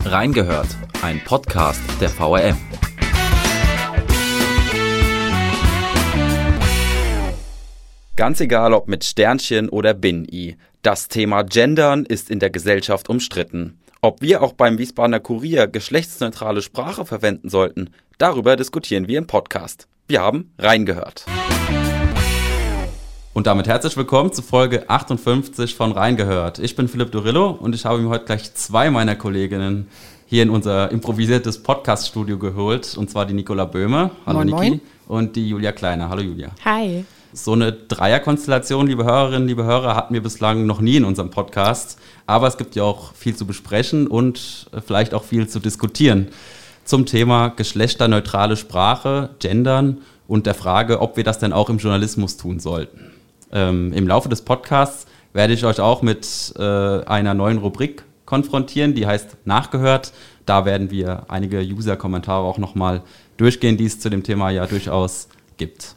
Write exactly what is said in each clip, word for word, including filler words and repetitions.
Reingehört, ein Podcast der V R M. Ganz egal, ob mit Sternchen oder Bin-I, das Thema Gendern ist in der Gesellschaft umstritten. Ob wir auch beim Wiesbadener Kurier geschlechtsneutrale Sprache verwenden sollten, darüber diskutieren wir im Podcast. Wir haben reingehört. Und damit herzlich willkommen zu Folge achtundfünfzig von Reingehört. Ich bin Philipp Durillo und ich habe mir heute gleich zwei meiner Kolleginnen hier in unser improvisiertes Podcast-Studio geholt. Und zwar die Nicola Böhme. Hallo Moin, Niki. moin. Und die Julia Kleiner. Hallo Julia. Hi. So eine Dreierkonstellation, liebe Hörerinnen, liebe Hörer, hatten wir bislang noch nie in unserem Podcast. Aber es gibt ja auch viel zu besprechen und vielleicht auch viel zu diskutieren zum Thema geschlechterneutrale Sprache, Gendern und der Frage, ob wir das denn auch im Journalismus tun sollten. Ähm, Im Laufe des Podcasts werde ich euch auch mit äh, einer neuen Rubrik konfrontieren, die heißt Nachgehört. Da werden wir einige User-Kommentare auch nochmal durchgehen, die es zu dem Thema ja durchaus gibt.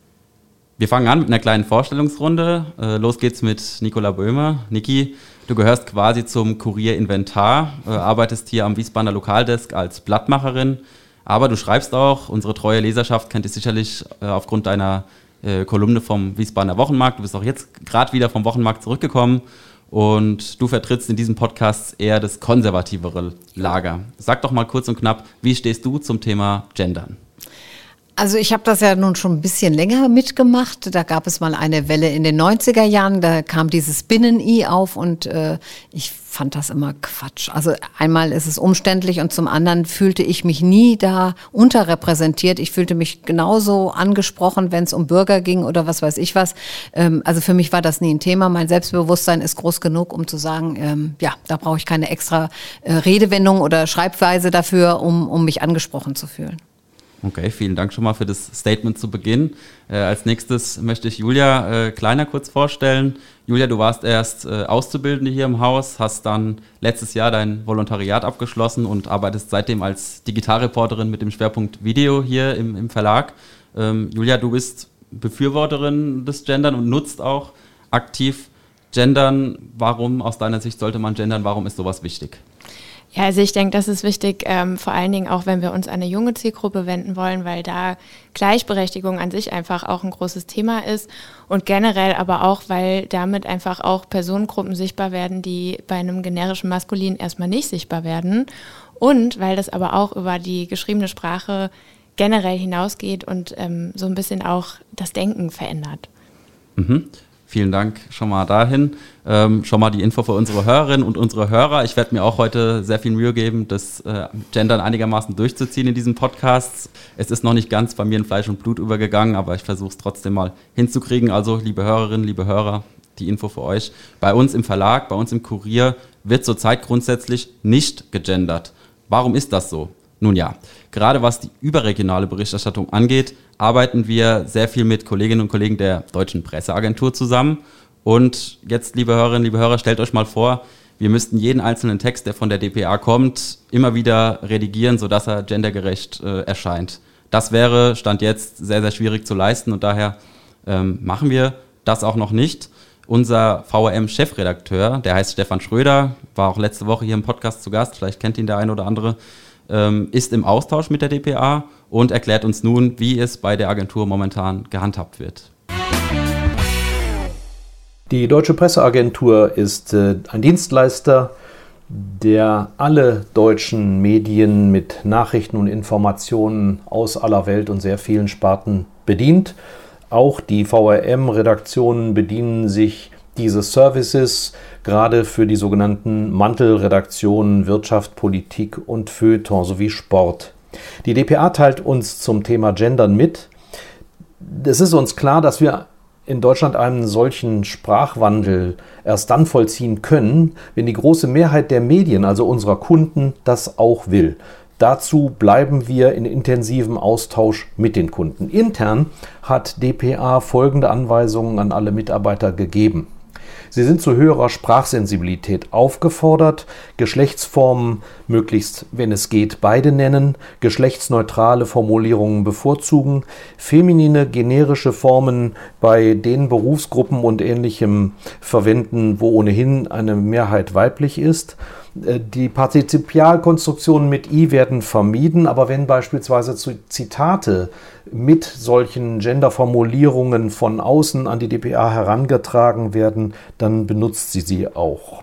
Wir fangen an mit einer kleinen Vorstellungsrunde. Äh, los geht's mit Nicola Böhme. Niki, du gehörst quasi zum Kurier Inventar, äh, arbeitest hier am Wiesbadener Lokaldesk als Blattmacherin, aber du schreibst auch. Unsere treue Leserschaft kennt dich sicherlich äh, aufgrund deiner äh, Kolumne vom Wiesbadener Wochenmarkt. Du bist auch jetzt gerade wieder vom Wochenmarkt zurückgekommen und du vertrittst in diesem Podcast eher das konservativere Lager. Sag doch mal kurz und knapp, wie stehst du zum Thema Gendern? Also ich habe das ja nun schon ein bisschen länger mitgemacht. Da gab es mal eine Welle in den neunziger Jahren, da kam dieses Binnen-I auf und äh, ich fand das immer Quatsch. Also einmal ist es umständlich und zum anderen fühlte ich mich nie da unterrepräsentiert. Ich fühlte mich genauso angesprochen, wenn es um Bürger ging oder was weiß ich was. Ähm, also für mich war das nie ein Thema. Mein Selbstbewusstsein ist groß genug, um zu sagen, ähm, ja, da brauche ich keine extra äh, Redewendung oder Schreibweise dafür, um, um mich angesprochen zu fühlen. Okay, vielen Dank schon mal für das Statement zu Beginn. Äh, als nächstes möchte ich Julia äh, Kleiner kurz vorstellen. Julia, du warst erst äh, Auszubildende hier im Haus, hast dann letztes Jahr dein Volontariat abgeschlossen und arbeitest seitdem als Digitalreporterin mit dem Schwerpunkt Video hier im, im Verlag. Ähm, Julia, du bist Befürworterin des Gendern und nutzt auch aktiv Gendern. Warum aus deiner Sicht sollte man gendern? Warum ist sowas wichtig? Ja, also ich denke, das ist wichtig, ähm, vor allen Dingen auch, wenn wir uns an eine junge Zielgruppe wenden wollen, weil da Gleichberechtigung an sich einfach auch ein großes Thema ist und generell aber auch, weil damit einfach auch Personengruppen sichtbar werden, die bei einem generischen Maskulin erstmal nicht sichtbar werden und weil das aber auch über die geschriebene Sprache generell hinausgeht und ähm, so ein bisschen auch das Denken verändert. Mhm. Vielen Dank schon mal dahin. Ähm, schon mal die Info für unsere Hörerinnen und unsere Hörer. Ich werde mir auch heute sehr viel Mühe geben, das äh, Gendern einigermaßen durchzuziehen in diesem Podcast. Es ist noch nicht ganz bei mir in Fleisch und Blut übergegangen, aber ich versuche es trotzdem mal hinzukriegen. Also, liebe Hörerinnen, liebe Hörer, die Info für euch. Bei uns im Verlag, bei uns im Kurier wird zurzeit grundsätzlich nicht gegendert. Warum ist das so? Nun ja, gerade was die überregionale Berichterstattung angeht, arbeiten wir sehr viel mit Kolleginnen und Kollegen der Deutschen Presseagentur zusammen. Und jetzt, liebe Hörerinnen, liebe Hörer, stellt euch mal vor, wir müssten jeden einzelnen Text, der von der D P A kommt, immer wieder redigieren, sodass er gendergerecht äh, erscheint. Das wäre, Stand jetzt, sehr, sehr schwierig zu leisten und daher ähm, machen wir das auch noch nicht. Unser V R M-Chefredakteur, der heißt Stefan Schröder, war auch letzte Woche hier im Podcast zu Gast, vielleicht kennt ihn der eine oder andere, ist im Austausch mit der D P A und erklärt uns nun, wie es bei der Agentur momentan gehandhabt wird. Die Deutsche Presseagentur ist äh, ein Dienstleister, der alle deutschen Medien mit Nachrichten und Informationen aus aller Welt und sehr vielen Sparten bedient. Auch die V R M-Redaktionen bedienen sich diese Services, gerade für die sogenannten Mantelredaktionen Wirtschaft, Politik und Feuilleton sowie Sport. Die D P A teilt uns zum Thema Gendern mit. Es ist uns klar, dass wir in Deutschland einen solchen Sprachwandel erst dann vollziehen können, wenn die große Mehrheit der Medien, also unserer Kunden, das auch will. Dazu bleiben wir in intensivem Austausch mit den Kunden. Intern hat D P A folgende Anweisungen an alle Mitarbeiter gegeben. Sie sind zu höherer Sprachsensibilität aufgefordert, Geschlechtsformen möglichst, wenn es geht, beide nennen, geschlechtsneutrale Formulierungen bevorzugen, feminine generische Formen bei den Berufsgruppen und Ähnlichem verwenden, wo ohnehin eine Mehrheit weiblich ist. Die Partizipialkonstruktionen mit I werden vermieden, aber wenn beispielsweise Zitate mit solchen Genderformulierungen von außen an die D P A herangetragen werden, dann benutzt sie sie auch.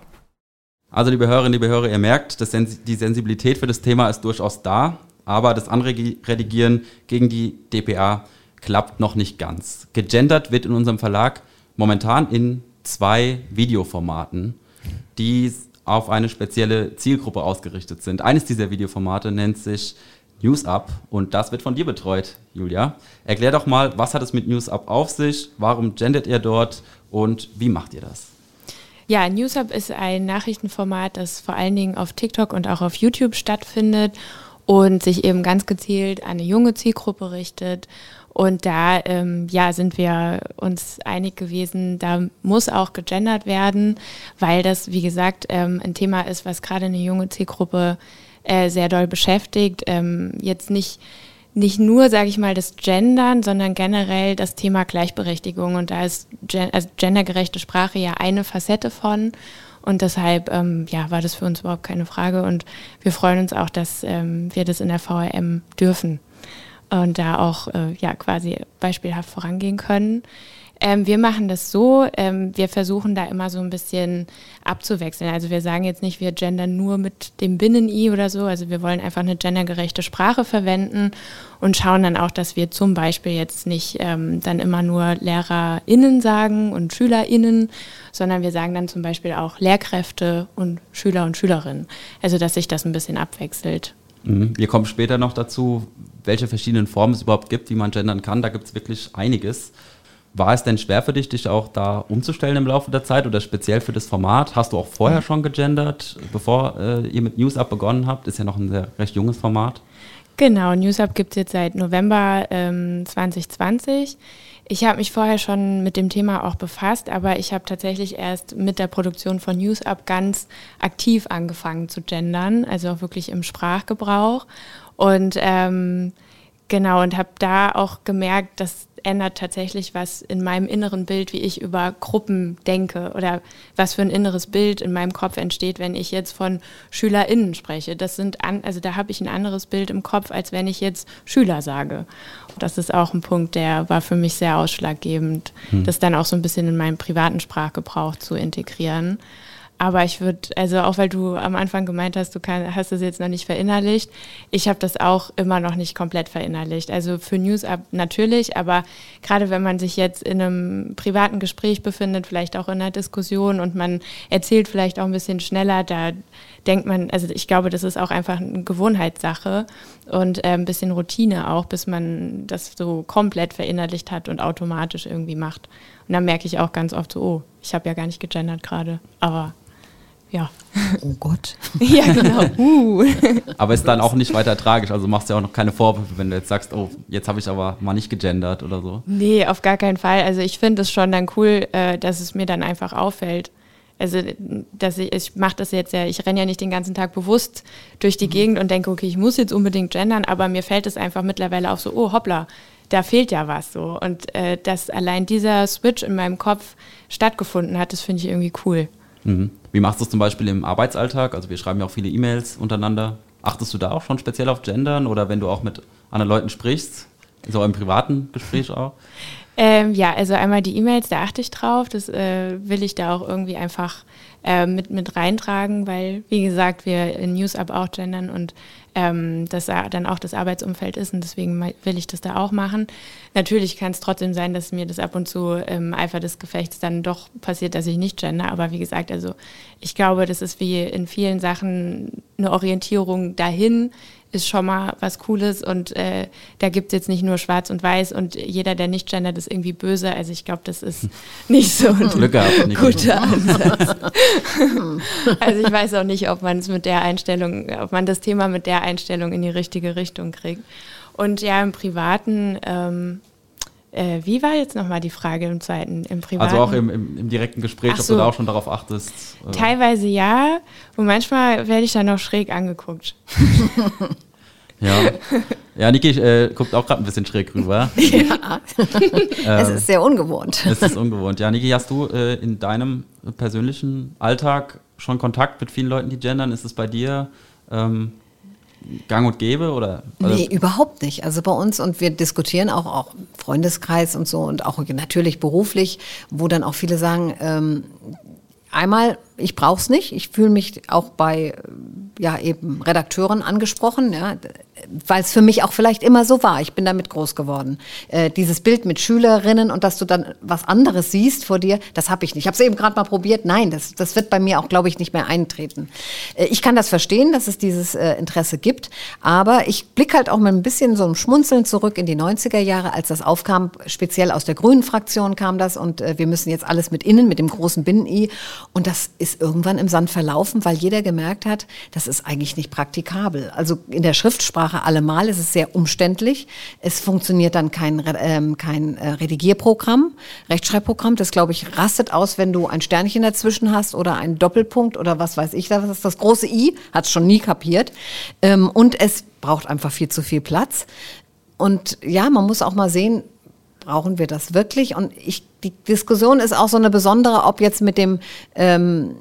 Also liebe Hörerinnen, liebe Hörer, ihr merkt, dass die Sensibilität für das Thema ist durchaus da, aber das Anredigieren gegen die D P A klappt noch nicht ganz. Gegendert wird in unserem Verlag momentan in zwei Videoformaten, die auf eine spezielle Zielgruppe ausgerichtet sind. Eines dieser Videoformate nennt sich NewsUp und das wird von dir betreut, Julia. Erklär doch mal, was hat es mit NewsUp auf sich, warum gendert ihr dort und wie macht ihr das? Ja, NewsUp ist ein Nachrichtenformat, das vor allen Dingen auf TikTok und auch auf YouTube stattfindet und sich eben ganz gezielt an eine junge Zielgruppe richtet. Und da ähm, ja, sind wir uns einig gewesen, da muss auch gegendert werden, weil das, wie gesagt, ähm, ein Thema ist, was gerade eine junge Zielgruppe äh, sehr doll beschäftigt. Ähm, jetzt nicht, nicht nur, sage ich mal, das Gendern, sondern generell das Thema Gleichberechtigung. Und da ist gen- also gendergerechte Sprache ja eine Facette von. Und deshalb ähm, ja, war das für uns überhaupt keine Frage. Und wir freuen uns auch, dass ähm, wir das in der V R M dürfen. Und da auch äh, ja, quasi beispielhaft vorangehen können. Ähm, wir machen das so, ähm, wir versuchen da immer so ein bisschen abzuwechseln. Also wir sagen jetzt nicht, wir gendern nur mit dem Binnen-I oder so. Also wir wollen einfach eine gendergerechte Sprache verwenden und schauen dann auch, dass wir zum Beispiel jetzt nicht ähm, dann immer nur LehrerInnen sagen und SchülerInnen, sondern wir sagen dann zum Beispiel auch Lehrkräfte und Schüler und Schülerinnen. Also dass sich das ein bisschen abwechselt. Wir kommen später noch dazu, welche verschiedenen Formen es überhaupt gibt, wie man gendern kann. Da gibt es wirklich einiges. War es denn schwer für dich, dich auch da umzustellen im Laufe der Zeit oder speziell für das Format? Hast du auch vorher schon gegendert, bevor äh, ihr mit NewsUp begonnen habt? Ist ja noch ein sehr recht junges Format. Genau, NewsUp gibt es jetzt seit November ähm, zwanzig zwanzig. Ich habe mich vorher schon mit dem Thema auch befasst, aber ich habe tatsächlich erst mit der Produktion von NewsUp ganz aktiv angefangen zu gendern, also auch wirklich im Sprachgebrauch. Und ähm, genau, und habe da auch gemerkt, das ändert tatsächlich was in meinem inneren Bild, wie ich über Gruppen denke oder was für ein inneres Bild in meinem Kopf entsteht, wenn ich jetzt von SchülerInnen spreche. Das sind an, also da habe ich ein anderes Bild im Kopf, als wenn ich jetzt Schüler sage. Das ist auch ein Punkt, der war für mich sehr ausschlaggebend, hm. das dann auch so ein bisschen in meinen privaten Sprachgebrauch zu integrieren. Aber ich würde, also auch weil du am Anfang gemeint hast, du kann, hast das jetzt noch nicht verinnerlicht, ich habe das auch immer noch nicht komplett verinnerlicht. Also für NewsUp natürlich, aber gerade wenn man sich jetzt in einem privaten Gespräch befindet, vielleicht auch in einer Diskussion und man erzählt vielleicht auch ein bisschen schneller, da denkt man, also ich glaube, das ist auch einfach eine Gewohnheitssache und äh, ein bisschen Routine auch, bis man das so komplett verinnerlicht hat und automatisch irgendwie macht. Und dann merke ich auch ganz oft so, oh, ich habe ja gar nicht gegendert gerade, aber ja. Oh Gott. Ja, genau. Uh. Aber ist dann auch nicht weiter tragisch. Also machst du ja auch noch keine Vorwürfe, wenn du jetzt sagst, oh, jetzt habe ich aber mal nicht gegendert oder so. Nee, auf gar keinen Fall. Also ich finde es schon dann cool, äh, dass es mir dann einfach auffällt. Also dass ich, ich mache das jetzt ja, ich renne ja nicht den ganzen Tag bewusst durch die mhm. Gegend und denke, okay, ich muss jetzt unbedingt gendern, aber mir fällt es einfach mittlerweile auch so, oh hoppla, da fehlt ja was so. Und äh, dass allein dieser Switch in meinem Kopf stattgefunden hat, das finde ich irgendwie cool. Mhm. Wie machst du es zum Beispiel im Arbeitsalltag? Also wir schreiben ja auch viele E-Mails untereinander. Achtest du da auch schon speziell auf Gendern oder wenn du auch mit anderen Leuten sprichst, so im privaten Gespräch auch? Ähm, ja, also einmal die E-Mails, da achte ich drauf. Das äh, will ich da auch irgendwie einfach äh, mit, mit reintragen, weil, wie gesagt, wir in NewsUp auch gendern und ähm, das dann auch das Arbeitsumfeld ist und deswegen will ich das da auch machen. Natürlich kann es trotzdem sein, dass mir das ab und zu im Eifer des Gefechts dann doch passiert, dass ich nicht gender, aber wie gesagt, also ich glaube, das ist wie in vielen Sachen eine Orientierung dahin, ist schon mal was Cooles und äh, da gibt es jetzt nicht nur schwarz und weiß und jeder, der nicht gendert, ist irgendwie böse. Also ich glaube, das ist nicht so ein Glück gehabt, guter Ansatz. Also ich weiß auch nicht, ob man es mit der Einstellung, ob man das Thema mit der Einstellung in die richtige Richtung kriegt. Und ja, im Privaten, ähm, äh, wie war jetzt nochmal die Frage im zweiten, im Privaten? Also auch im, im, im direkten Gespräch, Ach ob so. du da auch schon darauf achtest? Äh. Teilweise ja, und manchmal werde ich dann noch schräg angeguckt. Ja, ja, Niki äh, guckt auch gerade ein bisschen schräg rüber. Ja, ähm, es ist sehr ungewohnt. Es ist ungewohnt. Ja, Niki, hast du äh, in deinem persönlichen Alltag schon Kontakt mit vielen Leuten, die gendern? Ist es bei dir ähm, gang und gäbe? Oder, oder? Nee, überhaupt nicht. Also bei uns, und wir diskutieren auch, auch im Freundeskreis und so und auch natürlich beruflich, wo dann auch viele sagen, ähm, einmal, ich brauche es nicht. Ich fühle mich auch bei ja eben Redakteuren angesprochen, ja, weil es für mich auch vielleicht immer so war. Ich bin damit groß geworden. Äh, dieses Bild mit Schülerinnen und dass du dann was anderes siehst vor dir, das habe ich nicht. Ich habe es eben gerade mal probiert. Nein, das, das wird bei mir auch, glaube ich, nicht mehr eintreten. Äh, ich kann das verstehen, dass es dieses äh, Interesse gibt, aber ich blicke halt auch mit ein bisschen so einem Schmunzeln zurück in die neunziger Jahre, als das aufkam, speziell aus der grünen Fraktion kam das und äh, wir müssen jetzt alles mit innen, mit dem großen Binnen-I, und das ist irgendwann im Sand verlaufen, weil jeder gemerkt hat, das ist eigentlich nicht praktikabel. Also in der Schriftsprache allemal ist es sehr umständlich. Es funktioniert dann kein, ähm, kein äh, Redigierprogramm, Rechtschreibprogramm. Das, glaube ich, rastet aus, wenn du ein Sternchen dazwischen hast oder einen Doppelpunkt oder was weiß ich. Das ist das große I, hat es schon nie kapiert. Ähm, und es braucht einfach viel zu viel Platz. Und ja, man muss auch mal sehen, brauchen wir das wirklich? Und ich, die Diskussion ist auch so eine besondere, ob jetzt mit dem ähm,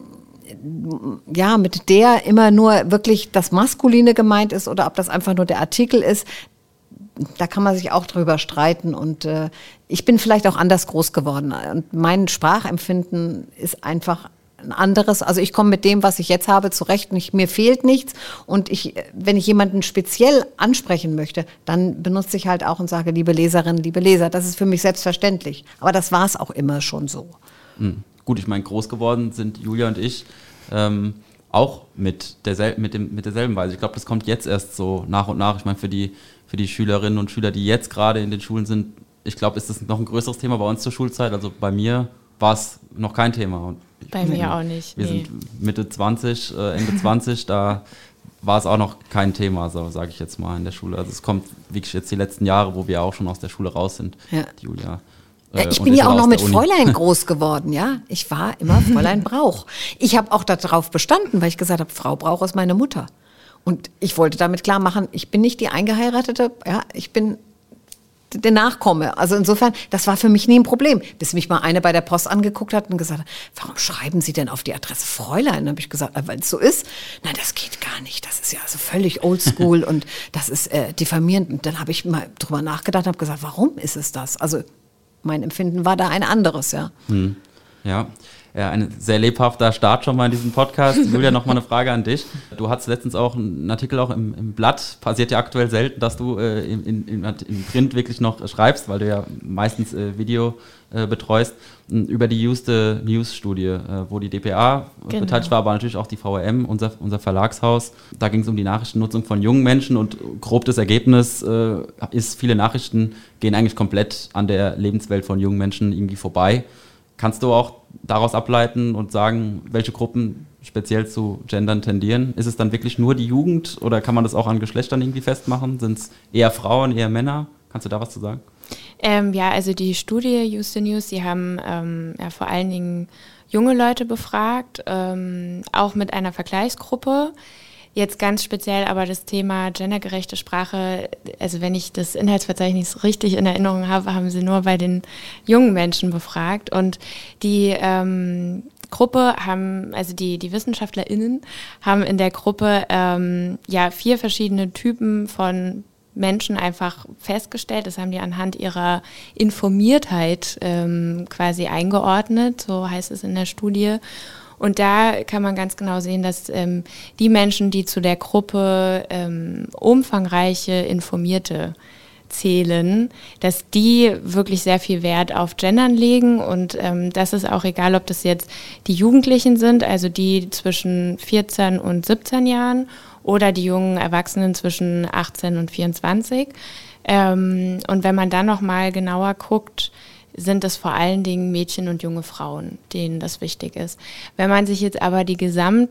ja, mit der immer nur wirklich das Maskuline gemeint ist oder ob das einfach nur der Artikel ist. Da kann man sich auch drüber streiten und äh, ich bin vielleicht auch anders groß geworden und mein Sprachempfinden ist einfach ein anderes. Also ich komme mit dem, was ich jetzt habe, zurecht und ich, mir fehlt nichts und ich, wenn ich jemanden speziell ansprechen möchte, dann benutze ich halt auch und sage, liebe Leserinnen, liebe Leser, das ist für mich selbstverständlich. Aber das war es auch immer schon so. Mhm. Gut, ich meine, groß geworden sind Julia und ich ähm, auch mit, dersel- mit, dem, mit derselben Weise. Ich glaube, das kommt jetzt erst so nach und nach. Ich meine, für die, für die Schülerinnen und Schüler, die jetzt gerade in den Schulen sind, ich glaube, ist das noch ein größeres Thema bei uns zur Schulzeit. Also bei mir war es noch kein Thema. Und bei mir ja, auch nicht. Wir nee. sind Mitte zwanzig, äh, Ende zwanzig, da war es auch noch kein Thema, so sage ich jetzt mal, in der Schule. Also es kommt wirklich jetzt die letzten Jahre, wo wir auch schon aus der Schule raus sind, ja. Julia. Ja, ich bin ja auch noch mit Fräulein groß geworden, ja. Ich war immer Fräulein Brauch. Ich habe auch darauf bestanden, weil ich gesagt habe, Frau Brauch ist meine Mutter. Und ich wollte damit klar machen, ich bin nicht die Eingeheiratete, ja, ich bin der Nachkomme. Also insofern, das war für mich nie ein Problem. Bis mich mal eine bei der Post angeguckt hat und gesagt hat, warum schreiben Sie denn auf die Adresse Fräulein? Dann habe ich gesagt, weil es so ist. Nein, das geht gar nicht. Das ist ja also völlig oldschool und das ist äh, diffamierend. Und dann habe ich mal drüber nachgedacht und habe gesagt, warum ist es das? Also mein Empfinden war da ein anderes, ja. Hm. Ja. Ja, ein sehr lebhafter Start schon mal in diesem Podcast. Julia, noch mal eine Frage an dich. Du hattest letztens auch einen Artikel auch im, im Blatt. Passiert ja aktuell selten, dass du äh, in, in, in Print wirklich noch schreibst, weil du ja meistens äh, Video äh, betreust, über die Houston News-Studie, äh, wo die D P A genau. beteiligt war, aber natürlich auch die V R M, unser, unser Verlagshaus. Da ging es um die Nachrichtennutzung von jungen Menschen und grob das Ergebnis äh, ist, viele Nachrichten gehen eigentlich komplett an der Lebenswelt von jungen Menschen irgendwie vorbei. Kannst du auch daraus ableiten und sagen, welche Gruppen speziell zu gendern tendieren? Ist es dann wirklich nur die Jugend oder kann man das auch an Geschlechtern irgendwie festmachen? Sind es eher Frauen, eher Männer? Kannst du da was zu sagen? Ähm, ja, also die Studie Houston News, die haben ähm, ja, vor allen Dingen junge Leute befragt, ähm, auch mit einer Vergleichsgruppe. Jetzt ganz speziell aber das Thema gendergerechte Sprache, also wenn ich das Inhaltsverzeichnis richtig in Erinnerung habe, haben sie nur bei den jungen Menschen befragt und die ähm, Gruppe haben, also die, die WissenschaftlerInnen haben in der Gruppe ähm, ja vier verschiedene Typen von Menschen einfach festgestellt. Das haben die anhand ihrer Informiertheit ähm, quasi eingeordnet, so heißt es in der Studie. Und da kann man ganz genau sehen, dass ähm, die Menschen, die zu der Gruppe ähm, umfangreiche Informierte zählen, dass die wirklich sehr viel Wert auf Gendern legen. Und ähm, das ist auch egal, ob das jetzt die Jugendlichen sind, also die zwischen vierzehn und siebzehn Jahren oder die jungen Erwachsenen zwischen achtzehn und vierundzwanzig. Ähm, und wenn man dann nochmal genauer guckt, sind es vor allen Dingen Mädchen und junge Frauen, denen das wichtig ist. Wenn man sich jetzt aber die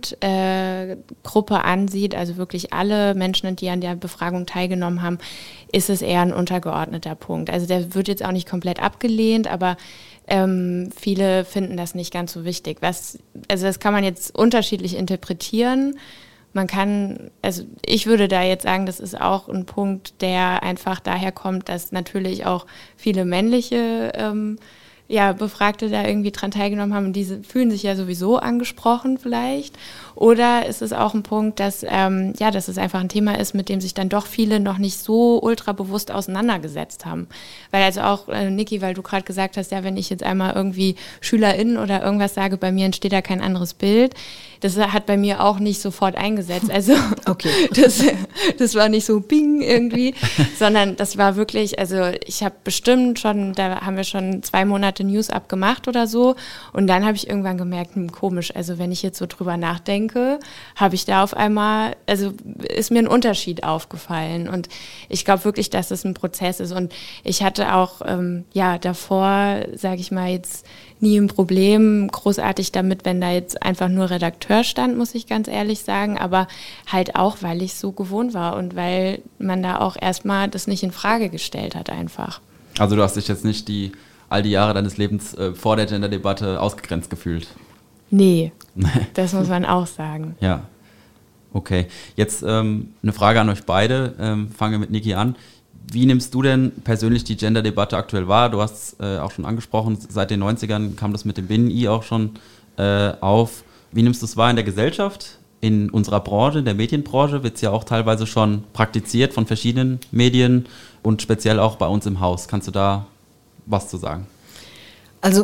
Gesamtgruppe äh, ansieht, also wirklich alle Menschen, die an der Befragung teilgenommen haben, ist es eher ein untergeordneter Punkt. Also der wird jetzt auch nicht komplett abgelehnt, aber ähm, viele finden das nicht ganz so wichtig. Was, also das kann man jetzt unterschiedlich interpretieren. Man kann, also ich würde da jetzt sagen, das ist auch ein Punkt, der einfach daher kommt, dass natürlich auch viele männliche ähm, ja, Befragte da irgendwie dran teilgenommen haben, diese fühlen sich ja sowieso angesprochen vielleicht. Oder ist es auch ein Punkt, dass, ähm, ja, dass es einfach ein Thema ist, mit dem sich dann doch viele noch nicht so ultra bewusst auseinandergesetzt haben. Weil also auch, äh, Niki, weil du gerade gesagt hast, ja, wenn ich jetzt einmal irgendwie SchülerInnen oder irgendwas sage, bei mir entsteht da kein anderes Bild. Das hat bei mir auch nicht sofort eingesetzt. Also okay. das, das war nicht so bing irgendwie, sondern das war wirklich, also ich habe bestimmt schon, da haben wir schon zwei Monate News abgemacht oder so. Und dann habe ich irgendwann gemerkt, hm, komisch, also wenn ich jetzt so drüber nachdenke, habe ich da auf einmal, also ist mir ein Unterschied aufgefallen. Und ich glaube wirklich, dass es ein Prozess ist. Und ich hatte auch, ähm, ja, davor, sage ich mal jetzt, nie ein Problem großartig damit, wenn da jetzt einfach nur Redakteur stand, muss ich ganz ehrlich sagen, aber halt auch, weil ich so gewohnt war und weil man da auch erstmal das nicht in Frage gestellt hat einfach. Also du hast dich jetzt nicht die all die Jahre deines Lebens äh, vor der Gender-Debatte ausgegrenzt gefühlt? Nee, das muss man auch sagen. Ja, okay. Jetzt ähm, eine Frage an euch beide, ähm, fangen wir mit Niki an. Wie nimmst du denn persönlich die Gender-Debatte aktuell wahr? Du hast es äh, auch schon angesprochen, seit den neunzigern kam das mit dem Binnen-I auch schon äh, auf. Wie nimmst du es wahr in der Gesellschaft? In unserer Branche, in der Medienbranche, wird es ja auch teilweise schon praktiziert von verschiedenen Medien und speziell auch bei uns im Haus. Kannst du da was zu sagen? Also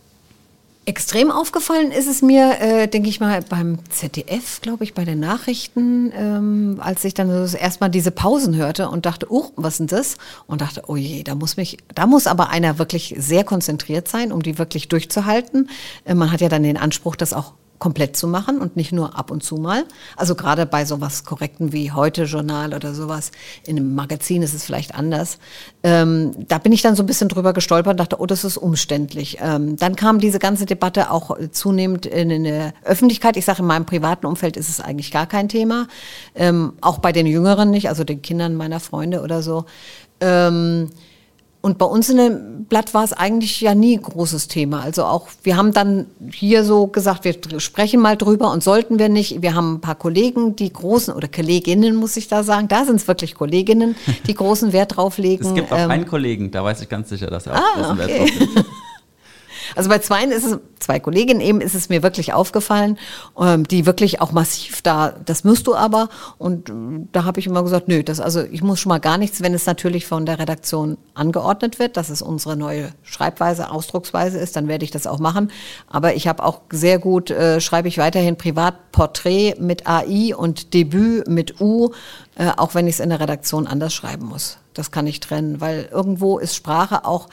extrem aufgefallen ist es mir, äh, denke ich mal, beim Z D F, glaube ich, bei den Nachrichten, ähm, als ich dann so erstmal diese Pausen hörte und dachte, uh, was ist denn das? Und dachte, oh je, da muss mich, da muss aber einer wirklich sehr konzentriert sein, um die wirklich durchzuhalten. Äh, man hat ja dann den Anspruch, das auch komplett zu machen und nicht nur ab und zu mal. Also gerade bei sowas Korrekten wie Heute-Journal oder sowas, in einem Magazin ist es vielleicht anders. Ähm, da bin ich dann so ein bisschen drüber gestolpert und dachte, oh, das ist umständlich. Ähm, dann kam diese ganze Debatte auch zunehmend in, in der Öffentlichkeit. Ich sage, in meinem privaten Umfeld ist es eigentlich gar kein Thema. Ähm, auch bei den Jüngeren nicht, also den Kindern meiner Freunde oder so. Ähm, Und bei uns in dem Blatt war es eigentlich ja nie ein großes Thema. Also auch, wir haben dann hier so gesagt, wir sprechen mal drüber und sollten wir nicht. Wir haben ein paar Kollegen, die großen, oder Kolleginnen muss ich da sagen, da sind es wirklich Kolleginnen, die großen Wert drauf legen. Es gibt auch ähm, einen Kollegen, da weiß ich ganz sicher, dass er auch ah, großen okay. Wert drauf legt. Also bei zweien ist es, zwei Kolleginnen eben, ist es mir wirklich aufgefallen, ähm, die wirklich auch massiv da, das musst du aber. Und äh, da habe ich immer gesagt, nö, das, also ich muss schon mal gar nichts, wenn es natürlich von der Redaktion angeordnet wird, dass es unsere neue Schreibweise, Ausdrucksweise ist, dann werde ich das auch machen. Aber ich habe auch sehr gut, äh, schreibe ich weiterhin Privatporträt mit A I und Debüt mit U, äh, auch wenn ich es in der Redaktion anders schreiben muss. Das kann ich trennen, weil irgendwo ist Sprache auch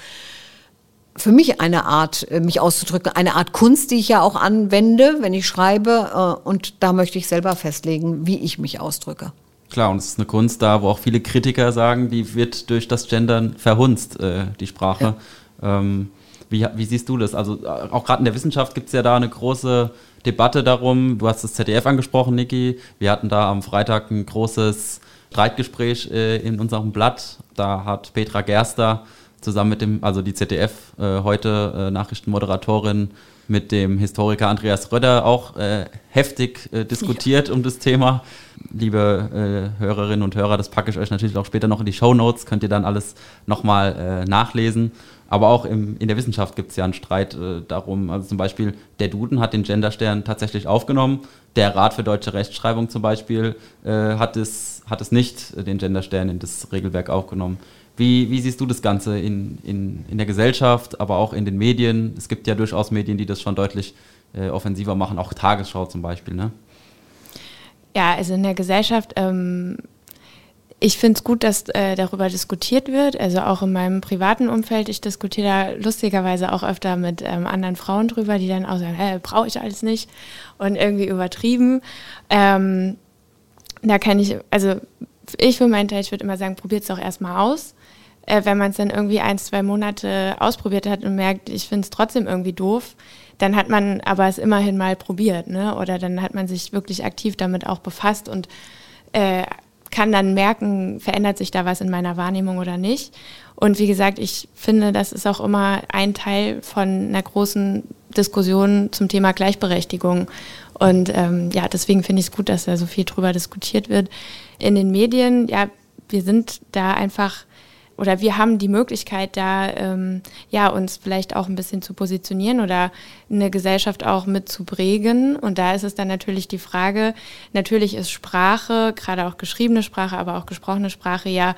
für mich eine Art, mich auszudrücken, eine Art Kunst, die ich ja auch anwende, wenn ich schreibe. Und da möchte ich selber festlegen, wie ich mich ausdrücke. Klar, und es ist eine Kunst da, wo auch viele Kritiker sagen, die wird durch das Gendern verhunzt, äh, die Sprache. Ja. Ähm, wie, wie siehst du das? Also auch gerade in der Wissenschaft gibt es ja da eine große Debatte darum. Du hast das Z D F angesprochen, Niki. Wir hatten da am Freitag ein großes Streitgespräch äh, in unserem Blatt. Da hat Petra Gerster zusammen mit dem, also die Z D F äh, heute äh, Nachrichtenmoderatorin mit dem Historiker Andreas Röder auch äh, heftig äh, diskutiert ja. um das Thema. Liebe äh, Hörerinnen und Hörer, das packe ich euch natürlich auch später noch in die Shownotes, könnt ihr dann alles nochmal äh, nachlesen. Aber auch im, in der Wissenschaft gibt es ja einen Streit äh, darum, also zum Beispiel der Duden hat den Genderstern tatsächlich aufgenommen, der Rat für deutsche Rechtschreibung zum Beispiel äh, hat, es, hat es nicht, äh, den Genderstern in das Regelwerk aufgenommen. Wie, wie siehst du das Ganze in, in, in der Gesellschaft, aber auch in den Medien? Es gibt ja durchaus Medien, die das schon deutlich äh, offensiver machen, auch Tagesschau zum Beispiel, ne? Ja, also in der Gesellschaft, ähm, ich finde es gut, dass äh, darüber diskutiert wird, also auch in meinem privaten Umfeld. Ich diskutiere da lustigerweise auch öfter mit ähm, anderen Frauen drüber, die dann auch sagen, hä, brauche ich alles nicht und irgendwie übertrieben. Ähm, da kann ich, also ich für meinen Teil, ich würde immer sagen, probiert es doch erstmal aus. Äh, wenn man es dann irgendwie ein, zwei Monate ausprobiert hat und merkt, ich finde es trotzdem irgendwie doof, dann hat man aber es immerhin mal probiert, ne? Oder dann hat man sich wirklich aktiv damit auch befasst und äh, kann dann merken, verändert sich da was in meiner Wahrnehmung oder nicht. Und wie gesagt, ich finde, das ist auch immer ein Teil von einer großen Diskussion zum Thema Gleichberechtigung. Und ähm, ja, deswegen finde ich es gut, dass da so viel drüber diskutiert wird. In den Medien, ja, wir sind da einfach oder wir haben die Möglichkeit, da ähm, ja, uns vielleicht auch ein bisschen zu positionieren oder eine Gesellschaft auch mit zu prägen. Und da ist es dann natürlich die Frage, natürlich ist Sprache, gerade auch geschriebene Sprache, aber auch gesprochene Sprache ja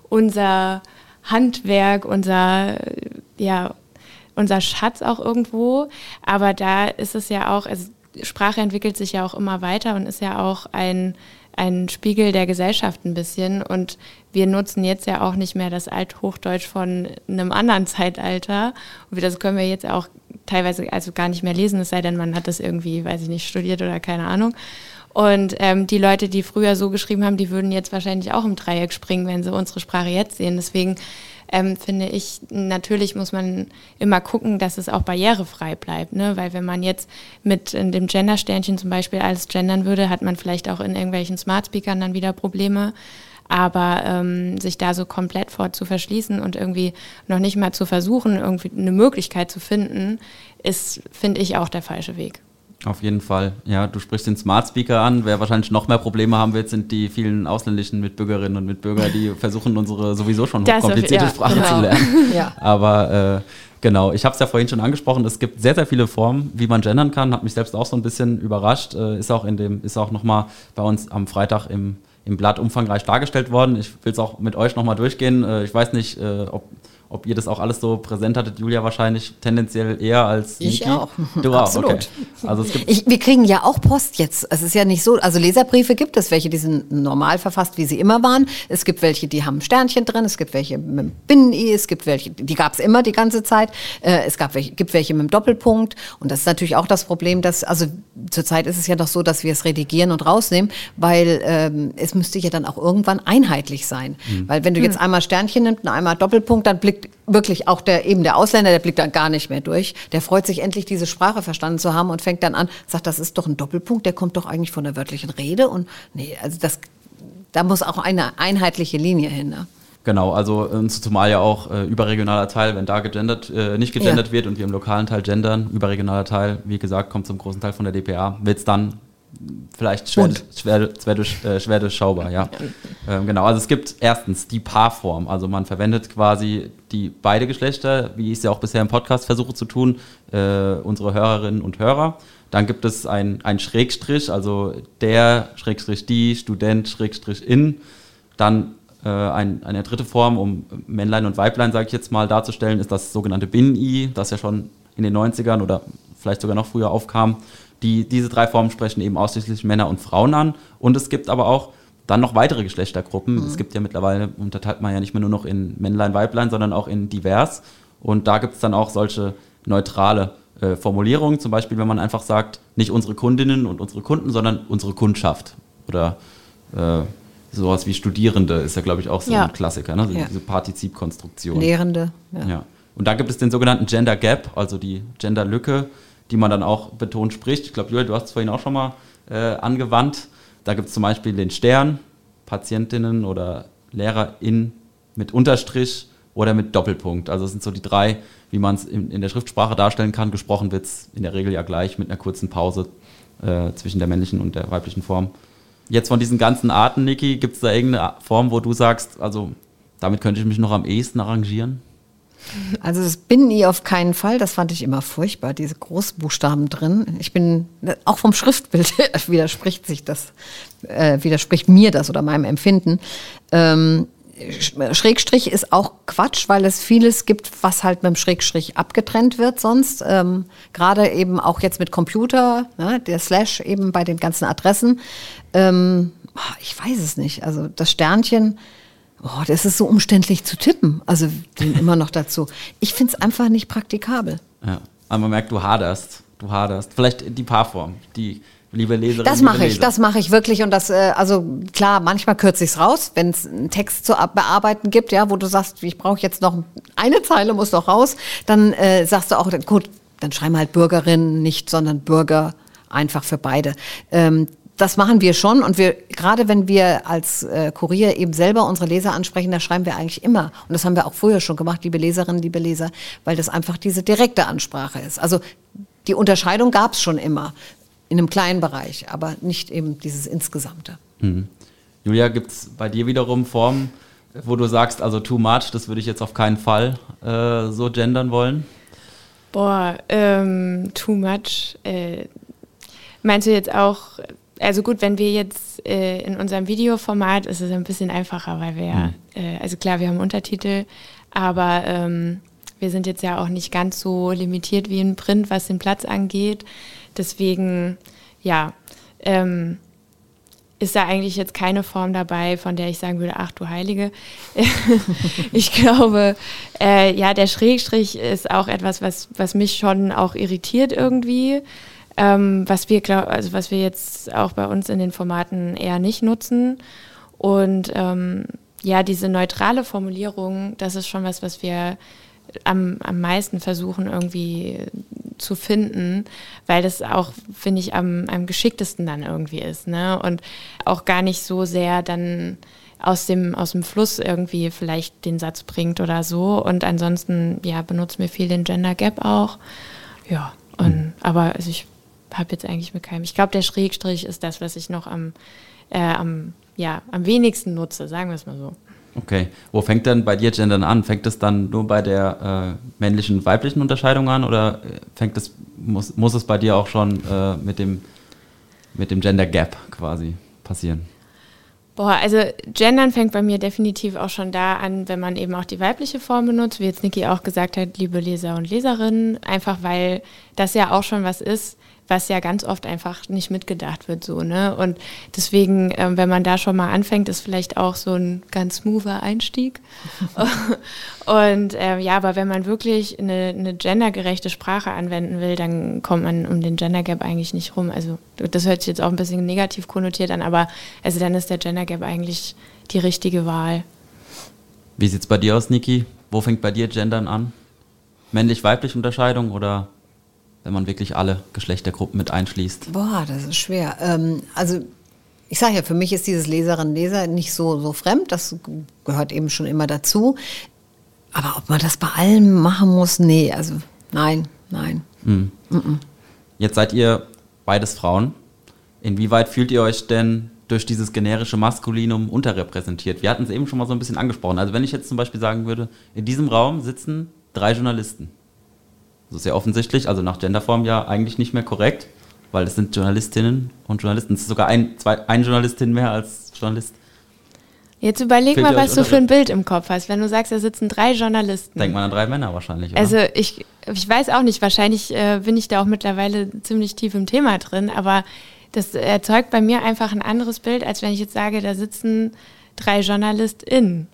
unser Handwerk, unser, ja, unser Schatz auch irgendwo. Aber da ist es ja auch, also Sprache entwickelt sich ja auch immer weiter und ist ja auch ein ein Spiegel der Gesellschaft ein bisschen und wir nutzen jetzt ja auch nicht mehr das Althochdeutsch von einem anderen Zeitalter und das können wir jetzt auch teilweise also gar nicht mehr lesen, es sei denn, man hat das irgendwie, weiß ich nicht, studiert oder keine Ahnung. Und ähm, die Leute, die früher so geschrieben haben, die würden jetzt wahrscheinlich auch im Dreieck springen, wenn sie unsere Sprache jetzt sehen. Deswegen ähm, finde ich, natürlich muss man immer gucken, dass es auch barrierefrei bleibt. Ne? Weil wenn man jetzt mit in dem Gender-Sternchen zum Beispiel alles gendern würde, hat man vielleicht auch in irgendwelchen Smart-Speakern dann wieder Probleme. Aber ähm, sich da so komplett vor zu verschließen und irgendwie noch nicht mal zu versuchen, irgendwie eine Möglichkeit zu finden, ist, finde ich, auch der falsche Weg. Auf jeden Fall. Ja, du sprichst den Smart Speaker an. Wer wahrscheinlich noch mehr Probleme haben wird, sind die vielen ausländischen Mitbürgerinnen und Mitbürger, die versuchen, unsere sowieso schon komplizierte ja, Sprache genau. zu lernen. Ja. Aber äh, genau, ich habe es ja vorhin schon angesprochen, es gibt sehr, sehr viele Formen, wie man gendern kann. Hat mich selbst auch so ein bisschen überrascht. Äh, ist auch in dem, ist auch nochmal bei uns am Freitag im, im Blatt umfangreich dargestellt worden. Ich will es auch mit euch nochmal durchgehen. Äh, ich weiß nicht, äh, ob Ob ihr das auch alles so präsent hattet, Julia wahrscheinlich tendenziell eher als Ich Niki. auch. Du auch, okay. Also es gibt ich, wir kriegen ja auch Post jetzt. Es ist ja nicht so, also Leserbriefe gibt es, welche, die sind normal verfasst, wie sie immer waren. Es gibt welche, die haben Sternchen drin, es gibt welche mit dem Binnen-I, es gibt welche, die gab es immer die ganze Zeit. Äh, es gab welche, gibt welche mit dem Doppelpunkt. Und das ist natürlich auch das Problem, dass, also zurzeit ist es ja doch so, dass wir es redigieren und rausnehmen, weil ähm, es müsste ja dann auch irgendwann einheitlich sein. Mhm. Weil wenn du jetzt einmal Sternchen nimmst und einmal Doppelpunkt, dann blickt wirklich auch der, eben der Ausländer, der blickt dann gar nicht mehr durch. Der freut sich endlich, diese Sprache verstanden zu haben und fängt dann an, sagt, das ist doch ein Doppelpunkt, der kommt doch eigentlich von der wörtlichen Rede. Und nee, also das, da muss auch eine einheitliche Linie hin. Ne? Genau, also äh, zumal ja auch äh, überregionaler Teil, wenn da gegendert, äh, nicht gegendert ja. wird und wir im lokalen Teil gendern, überregionaler Teil, wie gesagt, kommt zum großen Teil von der D P A, wird es dann vielleicht schwer, schwer, schwer, schwer, schwer durchschaubar, ja. ähm, genau, also es gibt erstens die Paarform, also man verwendet quasi die beide Geschlechter, wie ich es ja auch bisher im Podcast versuche zu tun, äh, unsere Hörerinnen und Hörer. Dann gibt es ein, ein Schrägstrich, also der, Schrägstrich die, Student, Schrägstrich in. Dann äh, ein, eine dritte Form, um Männlein und Weiblein, sage ich jetzt mal, darzustellen, ist das sogenannte Binnen-I, das ja schon in den neunzigern oder vielleicht sogar noch früher aufkam. Die, diese drei Formen sprechen eben ausschließlich Männer und Frauen an. Und es gibt aber auch dann noch weitere Geschlechtergruppen. Mhm. Es gibt ja mittlerweile, unterteilt man ja nicht mehr nur noch in Männlein, Weiblein, sondern auch in divers. Und da gibt es dann auch solche neutrale äh, Formulierungen. Zum Beispiel, wenn man einfach sagt, nicht unsere Kundinnen und unsere Kunden, sondern unsere Kundschaft. Oder äh, sowas wie Studierende ist ja, glaube ich, auch so ja. ein Klassiker, ne? So ja. Diese Partizipkonstruktion. Lehrende. Ja. ja. Und da gibt es den sogenannten Gender Gap, also die Genderlücke, die man dann auch betont spricht. Ich glaube, Julia, du hast es vorhin auch schon mal äh, angewandt. Da gibt es zum Beispiel den Stern, Patientinnen oder LehrerInnen mit Unterstrich oder mit Doppelpunkt. Also das sind so die drei, wie man es in, in der Schriftsprache darstellen kann. Gesprochen wird es in der Regel ja gleich mit einer kurzen Pause äh, zwischen der männlichen und der weiblichen Form. Jetzt von diesen ganzen Arten, Niki, gibt es da irgendeine Form, wo du sagst, also damit könnte ich mich noch am ehesten arrangieren? Also das Binnen-I auf keinen Fall, das fand ich immer furchtbar, diese Großbuchstaben drin. Ich bin, auch vom Schriftbild widerspricht sich das, äh, widerspricht mir das oder meinem Empfinden. Ähm, Schrägstrich ist auch Quatsch, weil es vieles gibt, was halt mit dem Schrägstrich abgetrennt wird sonst. Ähm, gerade eben auch jetzt mit Computer, ne, der Slash eben bei den ganzen Adressen. Ähm, ich weiß es nicht, also das Sternchen... Oh, das ist so umständlich zu tippen. Also den immer noch dazu. Ich finde es einfach nicht praktikabel. Ja, aber man merkt, du haderst. Du haderst. Vielleicht die Paarform, die liebe Leserin. Das mache ich, das mache ich wirklich. Und das, äh, also klar, manchmal kürze ich es raus, wenn es einen Text zu bearbeiten gibt, ja, wo du sagst, ich brauche jetzt noch eine Zeile, muss noch raus. Dann äh, sagst du auch, gut, dann schreiben wir halt Bürgerinnen nicht, sondern Bürger, einfach für beide. Ähm, Das machen wir schon und wir, gerade wenn wir als äh, Kurier eben selber unsere Leser ansprechen, da schreiben wir eigentlich immer. Und das haben wir auch früher schon gemacht, liebe Leserinnen, liebe Leser, weil das einfach diese direkte Ansprache ist. Also die Unterscheidung gab es schon immer in einem kleinen Bereich, aber nicht eben dieses Insgesamte. Mhm. Julia, gibt es bei dir wiederum Formen, wo du sagst, also too much, das würde ich jetzt auf keinen Fall äh, so gendern wollen? Boah, ähm, too much. Äh, meinst du jetzt auch, also gut, wenn wir jetzt äh, in unserem Videoformat, ist es ein bisschen einfacher, weil wir ja, hm. äh, also klar, wir haben Untertitel, aber ähm, wir sind jetzt ja auch nicht ganz so limitiert wie in Print, was den Platz angeht. Deswegen, ja, ähm, ist da eigentlich jetzt keine Form dabei, von der ich sagen würde, ach du Heilige. Ich glaube, äh, ja, der Schrägstrich ist auch etwas, was, was mich schon auch irritiert irgendwie, ähm, was wir glaub, also was wir jetzt auch bei uns in den Formaten eher nicht nutzen. Und ähm, ja, diese neutrale Formulierung, das ist schon was, was wir am, am meisten versuchen irgendwie zu finden, weil das auch, finde ich, am, am geschicktesten dann irgendwie ist, ne? Und auch gar nicht so sehr dann aus dem, aus dem Fluss irgendwie vielleicht den Satz bringt oder so. Und ansonsten, ja, benutzen wir viel den Gender Gap auch. Ja, und, aber also ich habe jetzt eigentlich mit keinem, ich glaube, der Schrägstrich ist das, was ich noch am, äh, am, ja, am wenigsten nutze, sagen wir es mal so. Okay, wo fängt denn bei dir Gendern an? Fängt es dann nur bei der äh, männlichen, weiblichen Unterscheidung an oder fängt es, muss, muss es bei dir auch schon äh, mit dem, mit dem Gender Gap quasi passieren? Boah, also Gendern fängt bei mir definitiv auch schon da an, wenn man eben auch die weibliche Form benutzt, wie jetzt Niki auch gesagt hat, liebe Leser und Leserinnen, einfach weil das ja auch schon was ist, was ja ganz oft einfach nicht mitgedacht wird, so, ne? Und deswegen, ähm, wenn man da schon mal anfängt, ist vielleicht auch so ein ganz smoother Einstieg. Und ähm, ja, aber wenn man wirklich eine, eine gendergerechte Sprache anwenden will, dann kommt man um den Gender Gap eigentlich nicht rum. Also das hört sich jetzt auch ein bisschen negativ konnotiert an, aber also dann ist der Gender Gap eigentlich die richtige Wahl. Wie sieht's bei dir aus, Niki? Wo fängt bei dir Gendern an? Männlich-weibliche Unterscheidung oder wenn man wirklich alle Geschlechtergruppen mit einschließt? Boah, das ist schwer. Ähm, also ich sage ja, für mich ist dieses Leserinnen, Leser nicht so, so fremd. Das gehört eben schon immer dazu. Aber ob man das bei allem machen muss, nee, also nein, nein. Mhm. Mhm. Jetzt seid ihr beides Frauen. Inwieweit fühlt ihr euch denn durch dieses generische Maskulinum unterrepräsentiert? Wir hatten es eben schon mal so ein bisschen angesprochen. Also wenn ich jetzt zum Beispiel sagen würde, in diesem Raum sitzen drei Journalisten. Das ist ja offensichtlich, also nach Genderform ja eigentlich nicht mehr korrekt, weil es sind Journalistinnen und Journalisten. Es ist sogar ein, zwei, eine Journalistin mehr als Journalist. Jetzt überleg Fehlt mal, was du unter- für ein Bild im Kopf hast, wenn du sagst, da sitzen drei Journalisten. Denkt man an drei Männer wahrscheinlich, oder? Also ich, ich weiß auch nicht, wahrscheinlich äh, bin ich da auch mittlerweile ziemlich tief im Thema drin, aber das erzeugt bei mir einfach ein anderes Bild, als wenn ich jetzt sage, da sitzen drei JournalistInnen.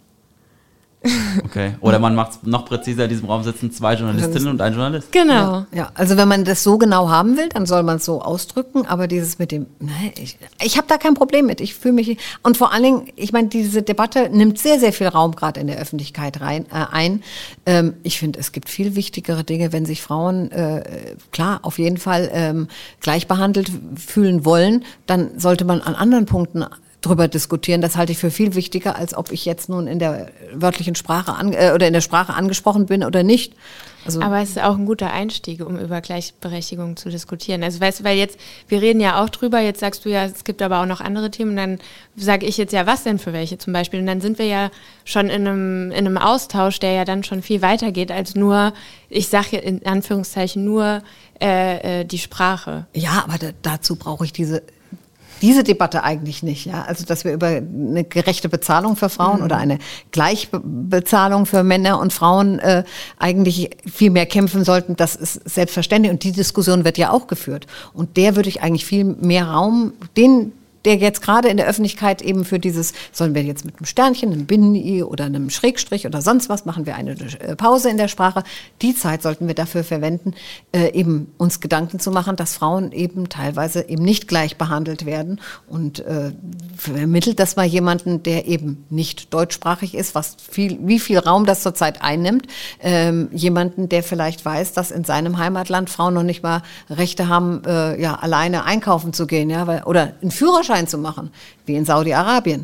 Okay. Oder man macht es noch präziser, in diesem Raum sitzen zwei Journalistinnen und ein Journalist. Genau. Ja, ja, also wenn man das so genau haben will, dann soll man es so ausdrücken, aber dieses mit dem, ne, ich, ich habe da kein Problem mit, ich fühle mich, und vor allen Dingen, ich meine, diese Debatte nimmt sehr, sehr viel Raum gerade in der Öffentlichkeit rein, äh, ein. Ähm, ich finde, es gibt viel wichtigere Dinge, wenn sich Frauen, äh, klar, auf jeden Fall ähm, gleich behandelt fühlen wollen, dann sollte man an anderen Punkten drüber diskutieren. Das halte ich für viel wichtiger, als ob ich jetzt nun in der wörtlichen Sprache an, äh, oder in der Sprache angesprochen bin oder nicht. Also Aber es ist auch ein guter Einstieg, um über Gleichberechtigung zu diskutieren. Also weißt du, weil jetzt, wir reden ja auch drüber, jetzt sagst du ja, es gibt aber auch noch andere Themen, und dann sage ich jetzt ja, was denn für welche zum Beispiel? Und dann sind wir ja schon in einem, in einem Austausch, der ja dann schon viel weiter geht, als nur, ich sage in Anführungszeichen, nur äh, äh, die Sprache. ja, aber da, dazu brauche ich diese diese Debatte eigentlich nicht, ja. Also, dass wir über eine gerechte Bezahlung für Frauen mhm. oder eine Gleichbezahlung für Männer und Frauen äh, eigentlich viel mehr kämpfen sollten, das ist selbstverständlich. Und die Diskussion wird ja auch geführt. Und der würde ich eigentlich viel mehr Raum, den der jetzt gerade in der Öffentlichkeit eben für dieses, sollen wir jetzt mit einem Sternchen, einem Binnen-I oder einem Schrägstrich oder sonst was, machen wir eine Pause in der Sprache. Die Zeit sollten wir dafür verwenden, äh, eben uns Gedanken zu machen, dass Frauen eben teilweise eben nicht gleich behandelt werden, und äh, vermittelt das mal jemanden, der eben nicht deutschsprachig ist, was viel, wie viel Raum das zurzeit einnimmt, ähm, jemanden, der vielleicht weiß, dass in seinem Heimatland Frauen noch nicht mal Rechte haben, äh, ja, alleine einkaufen zu gehen, ja, weil, oder einen Führerschein zu machen, wie in Saudi-Arabien.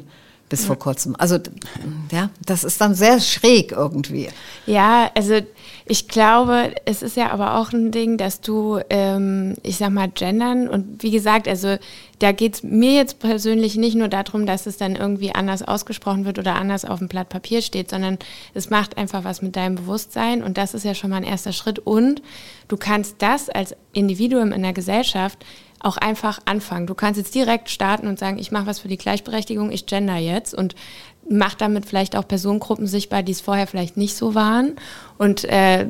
bis vor kurzem. Also ja, das ist dann sehr schräg irgendwie. Ja, also ich glaube, es ist ja aber auch ein Ding, dass du, ähm, ich sag mal, gendern und wie gesagt, also da geht es mir jetzt persönlich nicht nur darum, dass es dann irgendwie anders ausgesprochen wird oder anders auf dem Blatt Papier steht, sondern es macht einfach was mit deinem Bewusstsein und das ist ja schon mal ein erster Schritt und du kannst das als Individuum in der Gesellschaft auch einfach anfangen. Du kannst jetzt direkt starten und sagen, ich mache was für die Gleichberechtigung, ich gender jetzt und mach damit vielleicht auch Personengruppen sichtbar, die es vorher vielleicht nicht so waren und äh,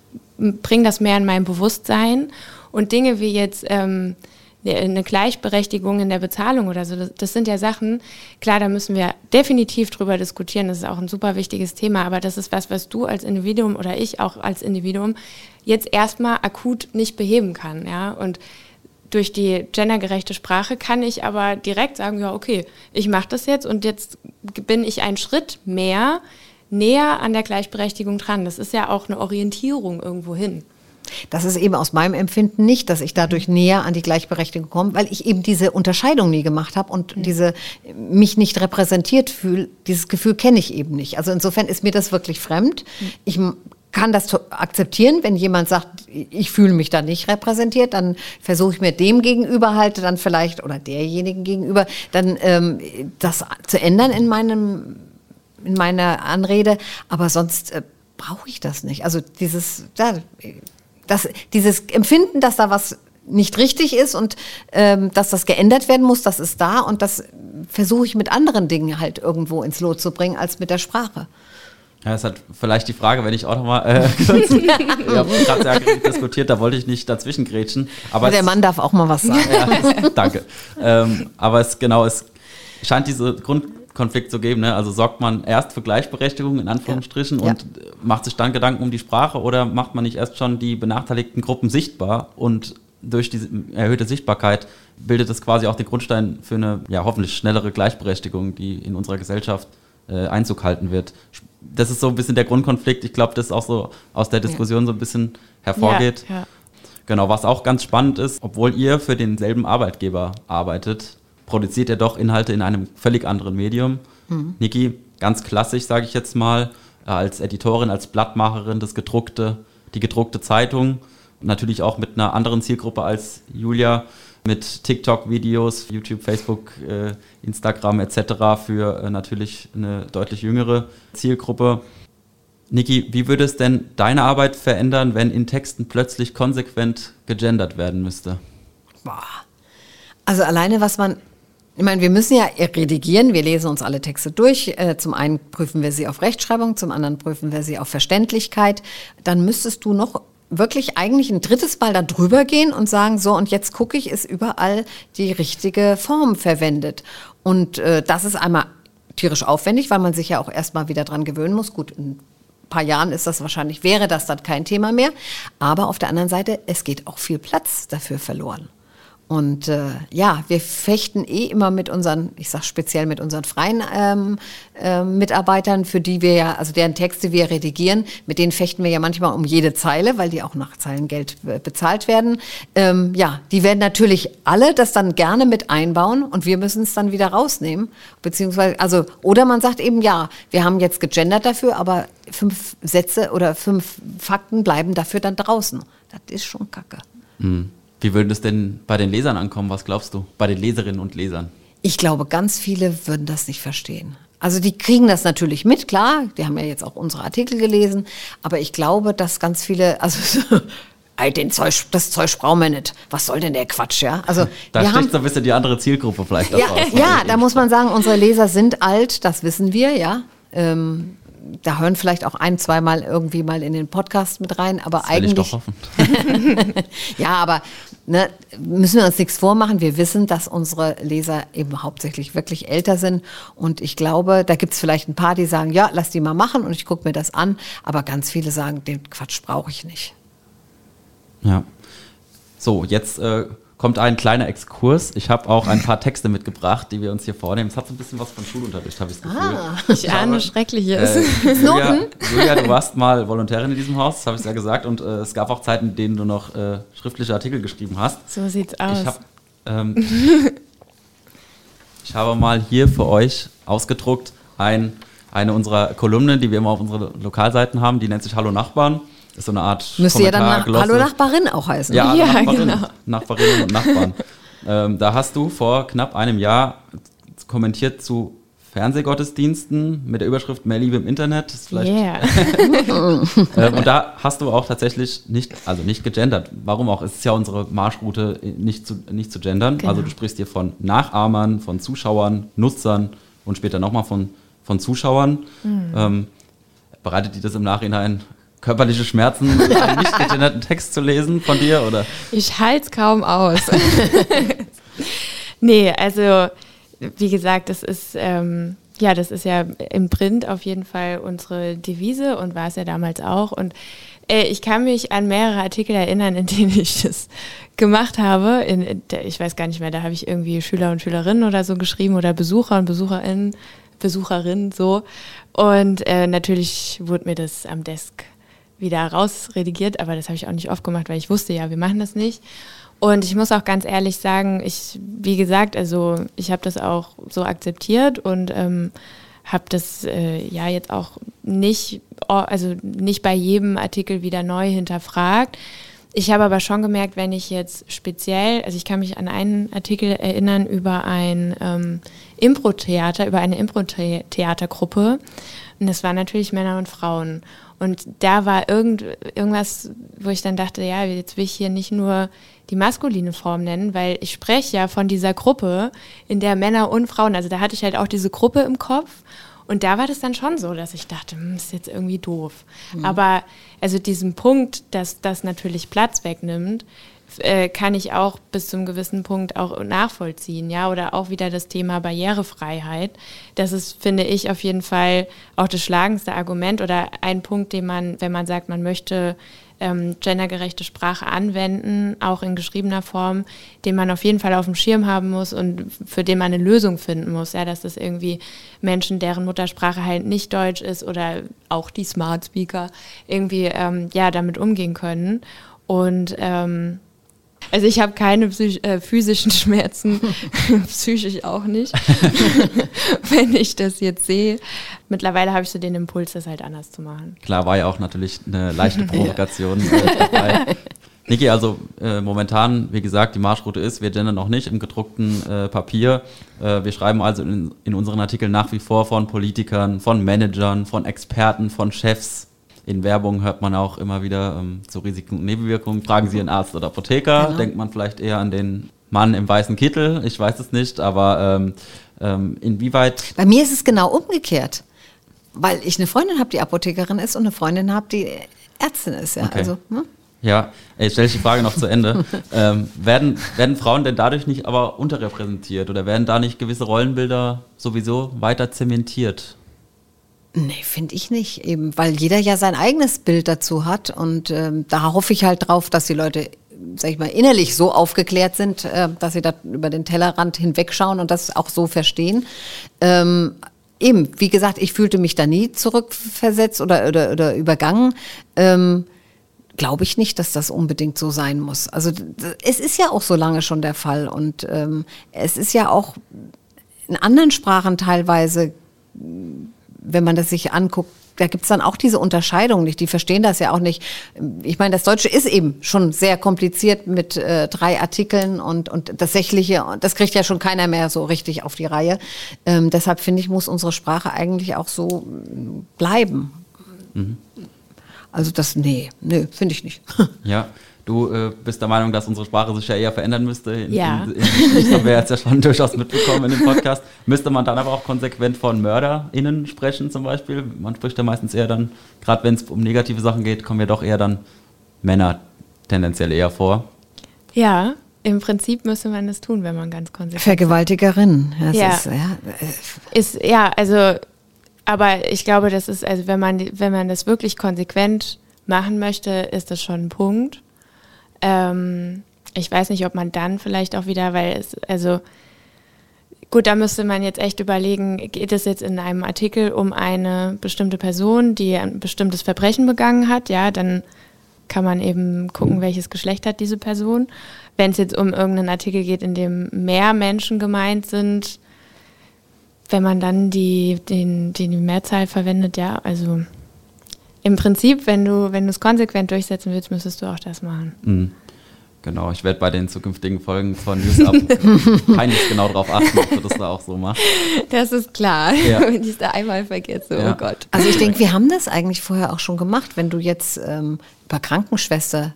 bring das mehr in mein Bewusstsein und Dinge wie jetzt ähm, eine Gleichberechtigung in der Bezahlung oder so, das, das sind ja Sachen, klar, da müssen wir definitiv drüber diskutieren, das ist auch ein super wichtiges Thema, aber das ist was, was du als Individuum oder ich auch als Individuum jetzt erstmal akut nicht beheben kann, ja, und durch die gendergerechte Sprache kann ich aber direkt sagen, ja, okay, ich mache das jetzt und jetzt bin ich einen Schritt mehr näher an der Gleichberechtigung dran. Das ist ja auch eine Orientierung irgendwo hin. Das ist eben aus meinem Empfinden nicht, dass ich dadurch näher an die Gleichberechtigung komme, weil ich eben diese Unterscheidung nie gemacht habe und mhm. diese mich nicht repräsentiert fühle, dieses Gefühl kenne ich eben nicht. Also insofern ist mir das wirklich fremd. Mhm. Ich kann das akzeptieren, wenn jemand sagt, ich fühle mich da nicht repräsentiert, dann versuche ich mir dem gegenüber halt dann vielleicht oder derjenigen gegenüber dann ähm, das zu ändern in meinem in meiner Anrede, aber sonst äh, brauche ich das nicht. Also dieses ja, das, dieses Empfinden, dass da was nicht richtig ist und ähm, dass das geändert werden muss, das ist da und das versuche ich mit anderen Dingen halt irgendwo ins Lot zu bringen als mit der Sprache. Ja, das ist halt vielleicht die Frage, wenn ich auch nochmal äh, kurz, ich habe gerade sehr diskutiert, da wollte ich nicht dazwischen grätschen. Aber der es, Mann darf auch mal was sagen. Ja, danke. Ähm, aber es genau, es scheint diese Grundkonflikt zu geben, ne? Also sorgt man erst für Gleichberechtigung in Anführungsstrichen ja. und ja. macht sich dann Gedanken um die Sprache oder macht man nicht erst schon die benachteiligten Gruppen sichtbar und durch diese erhöhte Sichtbarkeit bildet es quasi auch den Grundstein für eine ja, hoffentlich schnellere Gleichberechtigung, die in unserer Gesellschaft äh, Einzug halten wird. Das ist so ein bisschen der Grundkonflikt. Ich glaube, das ist auch so aus der Diskussion so ein bisschen hervorgeht. Ja, ja. Genau, was auch ganz spannend ist, obwohl ihr für denselben Arbeitgeber arbeitet, produziert ihr doch Inhalte in einem völlig anderen Medium. Mhm. Niki, ganz klassisch, sage ich jetzt mal, als Editorin, als Blattmacherin, das gedruckte, die gedruckte Zeitung, natürlich auch mit einer anderen Zielgruppe als Julia, mit TikTok-Videos, YouTube, Facebook, äh, Instagram et cetera für äh, natürlich eine deutlich jüngere Zielgruppe. Niki, wie würde es denn deine Arbeit verändern, wenn in Texten plötzlich konsequent gegendert werden müsste? Boah. Also alleine, was man, ich meine, wir müssen ja redigieren, wir lesen uns alle Texte durch. Äh, zum einen prüfen wir sie auf Rechtschreibung, zum anderen prüfen wir sie auf Verständlichkeit. Dann müsstest du noch wirklich eigentlich ein drittes Mal da drüber gehen und sagen, so und jetzt gucke ich, ist überall die richtige Form verwendet. Und äh, das ist einmal tierisch aufwendig, weil man sich ja auch erstmal wieder dran gewöhnen muss. Gut, in ein paar Jahren ist das wahrscheinlich, wäre das dann kein Thema mehr. Aber auf der anderen Seite, es geht auch viel Platz dafür verloren. Und äh, ja, wir fechten eh immer mit unseren, ich sag speziell mit unseren freien ähm, äh, Mitarbeitern, für die wir ja, also deren Texte wir redigieren, mit denen fechten wir ja manchmal um jede Zeile, weil die auch nach Zeilengeld äh, bezahlt werden. Ähm, ja, die werden natürlich alle das dann gerne mit einbauen und wir müssen es dann wieder rausnehmen. Beziehungsweise, also, oder man sagt eben, ja, wir haben jetzt gegendert dafür, aber fünf Sätze oder fünf Fakten bleiben dafür dann draußen. Das ist schon Kacke. Mhm. Wie würde es denn bei den Lesern ankommen? Was glaubst du? Bei den Leserinnen und Lesern? Ich glaube, ganz viele würden das nicht verstehen. Also die kriegen das natürlich mit, klar. Die haben ja jetzt auch unsere Artikel gelesen. Aber ich glaube, dass ganz viele, also den Zeug, das Zeug brauchen wir nicht. Was soll denn der Quatsch, ja? Also da wir sticht haben, so ein bisschen die andere Zielgruppe vielleicht ja, auch raus. Ja, da muss man sagen, unsere Leser sind alt, das wissen wir, ja. Ähm, Da hören vielleicht auch ein, zweimal irgendwie mal in den Podcast mit rein, aber das eigentlich. Ich doch hoffen. Ja, aber ne, müssen wir uns nichts vormachen. Wir wissen, dass unsere Leser eben hauptsächlich wirklich älter sind. Und ich glaube, da gibt es vielleicht ein paar, die sagen, ja, lass die mal machen und ich gucke mir das an. Aber ganz viele sagen, den Quatsch brauche ich nicht. Ja. So, jetzt äh, kommt ein kleiner Exkurs. Ich habe auch ein paar Texte mitgebracht, die wir uns hier vornehmen. Es hat so ein bisschen was von Schulunterricht, habe ich das Gefühl. Ah, ich ahne Schreckliches. Äh, Julia, Julia, du warst mal Volontärin in diesem Haus, das habe ich ja gesagt. Und äh, es gab auch Zeiten, in denen du noch äh, schriftliche Artikel geschrieben hast. So sieht's aus. Ich habe ähm, Ich habe mal hier für euch ausgedruckt ein, eine unserer Kolumnen, die wir immer auf unsere Lokalseiten haben, die nennt sich Hallo Nachbarn. Das ist so eine Art Müsste ja dann nach Hallo Nachbarin auch heißen. Ja, ja Nachbarin, genau. Nachbarinnen und Nachbarn. ähm, da hast du vor knapp einem Jahr kommentiert zu Fernsehgottesdiensten mit der Überschrift Mehr Liebe im Internet. Das ist vielleicht Yeah. ähm, und da hast du auch tatsächlich nicht, also nicht gegendert. Warum auch? Es ist ja unsere Marschroute, nicht zu, nicht zu gendern. Genau. Also du sprichst hier von Nachahmern, von Zuschauern, Nutzern und später nochmal von, von Zuschauern. Mhm. Ähm, bereitet dir das im Nachhinein körperliche Schmerzen, einen nicht gegenderten Text zu lesen von dir? Oder? Ich halte es kaum aus. Nee, also wie gesagt, das ist, ähm, ja, das ist ja im Print auf jeden Fall unsere Devise und war es ja damals auch. Und äh, ich kann mich an mehrere Artikel erinnern, in denen ich das gemacht habe. In, in der, ich weiß gar nicht mehr, da habe ich irgendwie Schüler und Schülerinnen oder so geschrieben oder Besucher und Besucherinnen, Besucherinnen so. Und äh, natürlich wurde mir das am Desk wieder rausredigiert, aber das habe ich auch nicht oft gemacht, weil ich wusste ja, wir machen das nicht. Und ich muss auch ganz ehrlich sagen, ich, wie gesagt, also ich habe das auch so akzeptiert und ähm, habe das äh, ja jetzt auch nicht, also nicht bei jedem Artikel wieder neu hinterfragt. Ich habe aber schon gemerkt, wenn ich jetzt speziell, also ich kann mich an einen Artikel erinnern über ein ähm, Impro-Theater, über eine Impro-Theatergruppe und das waren natürlich Männer und Frauen. Und da war irgend, irgendwas, wo ich dann dachte, ja, jetzt will ich hier nicht nur die maskuline Form nennen, weil ich spreche ja von dieser Gruppe, in der Männer und Frauen, also da hatte ich halt auch diese Gruppe im Kopf und da war das dann schon so, dass ich dachte, hm, ist jetzt irgendwie doof. Mhm. Aber also diesen Punkt, dass das natürlich Platz wegnimmt, äh, kann ich auch bis zum gewissen Punkt auch nachvollziehen, ja, oder auch wieder das Thema Barrierefreiheit. Das ist, finde ich, auf jeden Fall auch das schlagendste Argument oder ein Punkt, den man, wenn man sagt, man möchte ähm, gendergerechte Sprache anwenden, auch in geschriebener Form, den man auf jeden Fall auf dem Schirm haben muss und für den man eine Lösung finden muss, ja, dass das irgendwie Menschen, deren Muttersprache halt nicht Deutsch ist oder auch die Smart Speaker irgendwie ähm, ja damit umgehen können. Und ähm, also ich habe keine psych- äh, physischen Schmerzen, psychisch auch nicht, wenn ich das jetzt sehe. Mittlerweile habe ich so den Impuls, das halt anders zu machen. Klar, war ja auch natürlich eine leichte Provokation äh, dabei. Niki, also äh, momentan, wie gesagt, die Marschroute ist, wir gendern noch nicht im gedruckten äh, Papier. Äh, wir schreiben also in, in unseren Artikeln nach wie vor von Politikern, von Managern, von Experten, von Chefs. In Werbung hört man auch immer wieder ähm, zu Risiken und Nebenwirkungen. Fragen Sie einen Arzt oder Apotheker. Genau. Denkt man vielleicht eher an den Mann im weißen Kittel. Ich weiß es nicht, aber ähm, ähm, inwieweit... Bei mir ist es genau umgekehrt. Weil ich eine Freundin habe, die Apothekerin ist und eine Freundin habe, die Ärztin ist. Ja, okay. Also, ne? Ja, ich stelle die Frage noch zu Ende. ähm, werden, werden Frauen denn dadurch nicht aber unterrepräsentiert oder werden da nicht gewisse Rollenbilder sowieso weiter zementiert? Nee, finde ich nicht, eben, weil jeder ja sein eigenes Bild dazu hat und ähm, da hoffe ich halt drauf, dass die Leute, sag ich mal, innerlich so aufgeklärt sind, äh, dass sie da über den Tellerrand hinwegschauen und das auch so verstehen. Ähm, eben, wie gesagt, ich fühlte mich da nie zurückversetzt oder, oder, oder übergangen. Ähm, Glaube ich nicht, dass das unbedingt so sein muss. Also es ist ja auch so lange schon der Fall und ähm, es ist ja auch in anderen Sprachen teilweise, wenn man das sich anguckt, da gibt's dann auch diese Unterscheidung nicht. Die verstehen das ja auch nicht. Ich meine, das Deutsche ist eben schon sehr kompliziert mit äh, drei Artikeln und, und das Sächliche, das kriegt ja schon keiner mehr so richtig auf die Reihe. Ähm, deshalb finde ich, muss unsere Sprache eigentlich auch so bleiben. Mhm. Also das, nee, nee, finde ich nicht. Ja. Du äh, bist der Meinung, dass unsere Sprache sich ja eher verändern müsste. In, ja. In, in, das haben wir jetzt ja schon durchaus mitbekommen in dem Podcast. Müsste man dann aber auch konsequent von MörderInnen sprechen zum Beispiel? Man spricht ja meistens eher dann, gerade wenn es um negative Sachen geht, kommen ja doch eher dann Männer tendenziell eher vor. Ja, im Prinzip müsste man das tun, wenn man ganz konsequent ist. Vergewaltigerin. Das ja. Ist, ja. Ist, ja, also, aber ich glaube, das ist, also wenn man, wenn man das wirklich konsequent machen möchte, ist das schon ein Punkt. Ähm, ich weiß nicht, ob man dann vielleicht auch wieder, weil es, also gut, da müsste man jetzt echt überlegen, geht es jetzt in einem Artikel um eine bestimmte Person, die ein bestimmtes Verbrechen begangen hat, ja, dann kann man eben gucken, welches Geschlecht hat diese Person. Wenn es jetzt um irgendeinen Artikel geht, in dem mehr Menschen gemeint sind, wenn man dann die, den, die Mehrzahl verwendet, ja, also im Prinzip, wenn du wenn du es konsequent durchsetzen willst, müsstest du auch das machen. Mhm. Genau, ich werde bei den zukünftigen Folgen von NewsUp peinlich genau darauf achten, ob du das da auch so machst. Das ist klar, ja. wenn ich es da einmal vergesse, ja. Oh Gott. Also ich denke, wir haben das eigentlich vorher auch schon gemacht. Wenn du jetzt ähm, über Krankenschwester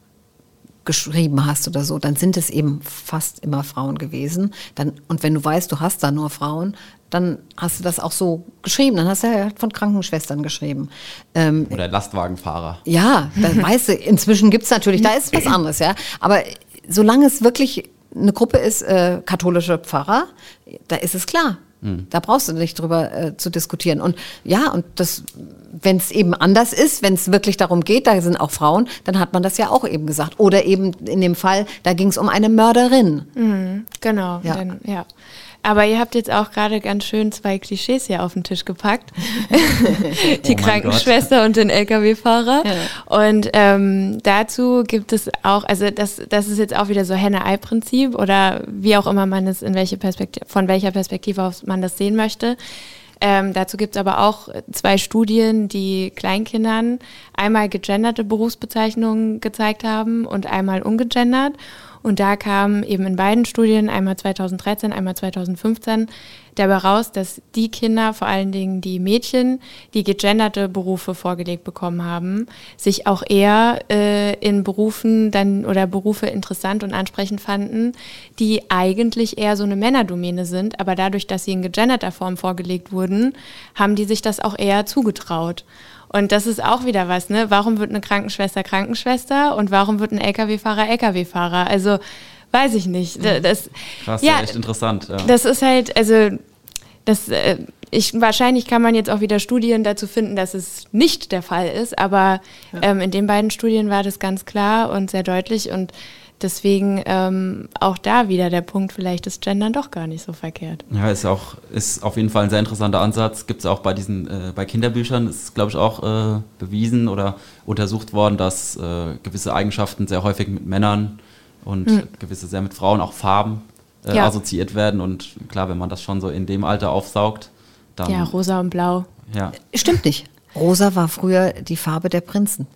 geschrieben hast oder so, dann sind es eben fast immer Frauen gewesen. Dann, und wenn du weißt, du hast da nur Frauen, dann hast du das auch so geschrieben. Dann hast du ja von Krankenschwestern geschrieben. Ähm, oder Lastwagenfahrer. Ja, da weißt du, inzwischen gibt es natürlich, da ist was anderes, ja. Aber solange es wirklich eine Gruppe ist, äh, katholische Pfarrer, da ist es klar. Hm. Da brauchst du nicht drüber äh, zu diskutieren. Und ja, und das, wenn es eben anders ist, wenn es wirklich darum geht, da sind auch Frauen, dann hat man das ja auch eben gesagt. Oder eben in dem Fall, da ging es um eine Mörderin. Mhm, genau, ja. Dann, ja. Aber ihr habt jetzt auch gerade ganz schön zwei Klischees hier auf den Tisch gepackt. Die oh Krankenschwester Gott. Und den L K W-Fahrer. Ja. Und ähm, dazu gibt es auch, also das, das ist jetzt auch wieder so Henne-Ei-Prinzip oder wie auch immer man es in welche Perspektive, von welcher Perspektive aus man das sehen möchte. Ähm, dazu gibt es aber auch zwei Studien, die Kleinkindern einmal gegenderte Berufsbezeichnungen gezeigt haben und einmal ungegendert. Und da kam eben in beiden Studien, einmal zweitausenddreizehn, einmal zweitausendfünfzehn, dabei raus, dass die Kinder, vor allen Dingen die Mädchen, die gegenderte Berufe vorgelegt bekommen haben, sich auch eher äh, in Berufen dann oder Berufe interessant und ansprechend fanden, die eigentlich eher so eine Männerdomäne sind, aber dadurch, dass sie in gegenderter Form vorgelegt wurden, haben die sich das auch eher zugetraut. Und das ist auch wieder was, ne? Warum wird eine Krankenschwester Krankenschwester und warum wird ein L K W-Fahrer L K W-Fahrer? Also, weiß ich nicht. Das, Krass, ja, ja, echt interessant. Ja. Das ist halt, also, das, äh, ich, wahrscheinlich kann man jetzt auch wieder Studien dazu finden, dass es nicht der Fall ist, aber ja. ähm, in den beiden Studien war das ganz klar und sehr deutlich und deswegen ähm, auch da wieder der Punkt, vielleicht ist Gendern doch gar nicht so verkehrt. Ja, ist auch ist auf jeden Fall ein sehr interessanter Ansatz. Gibt es auch bei diesen äh, bei Kinderbüchern, ist glaube ich auch äh, bewiesen oder untersucht worden, dass äh, gewisse Eigenschaften sehr häufig mit Männern und hm. gewisse sehr mit Frauen, auch Farben äh, ja. assoziiert werden. Und klar, wenn man das schon so in dem Alter aufsaugt, dann... Ja, rosa und blau. Ja. Stimmt nicht. Rosa war früher die Farbe der Prinzen.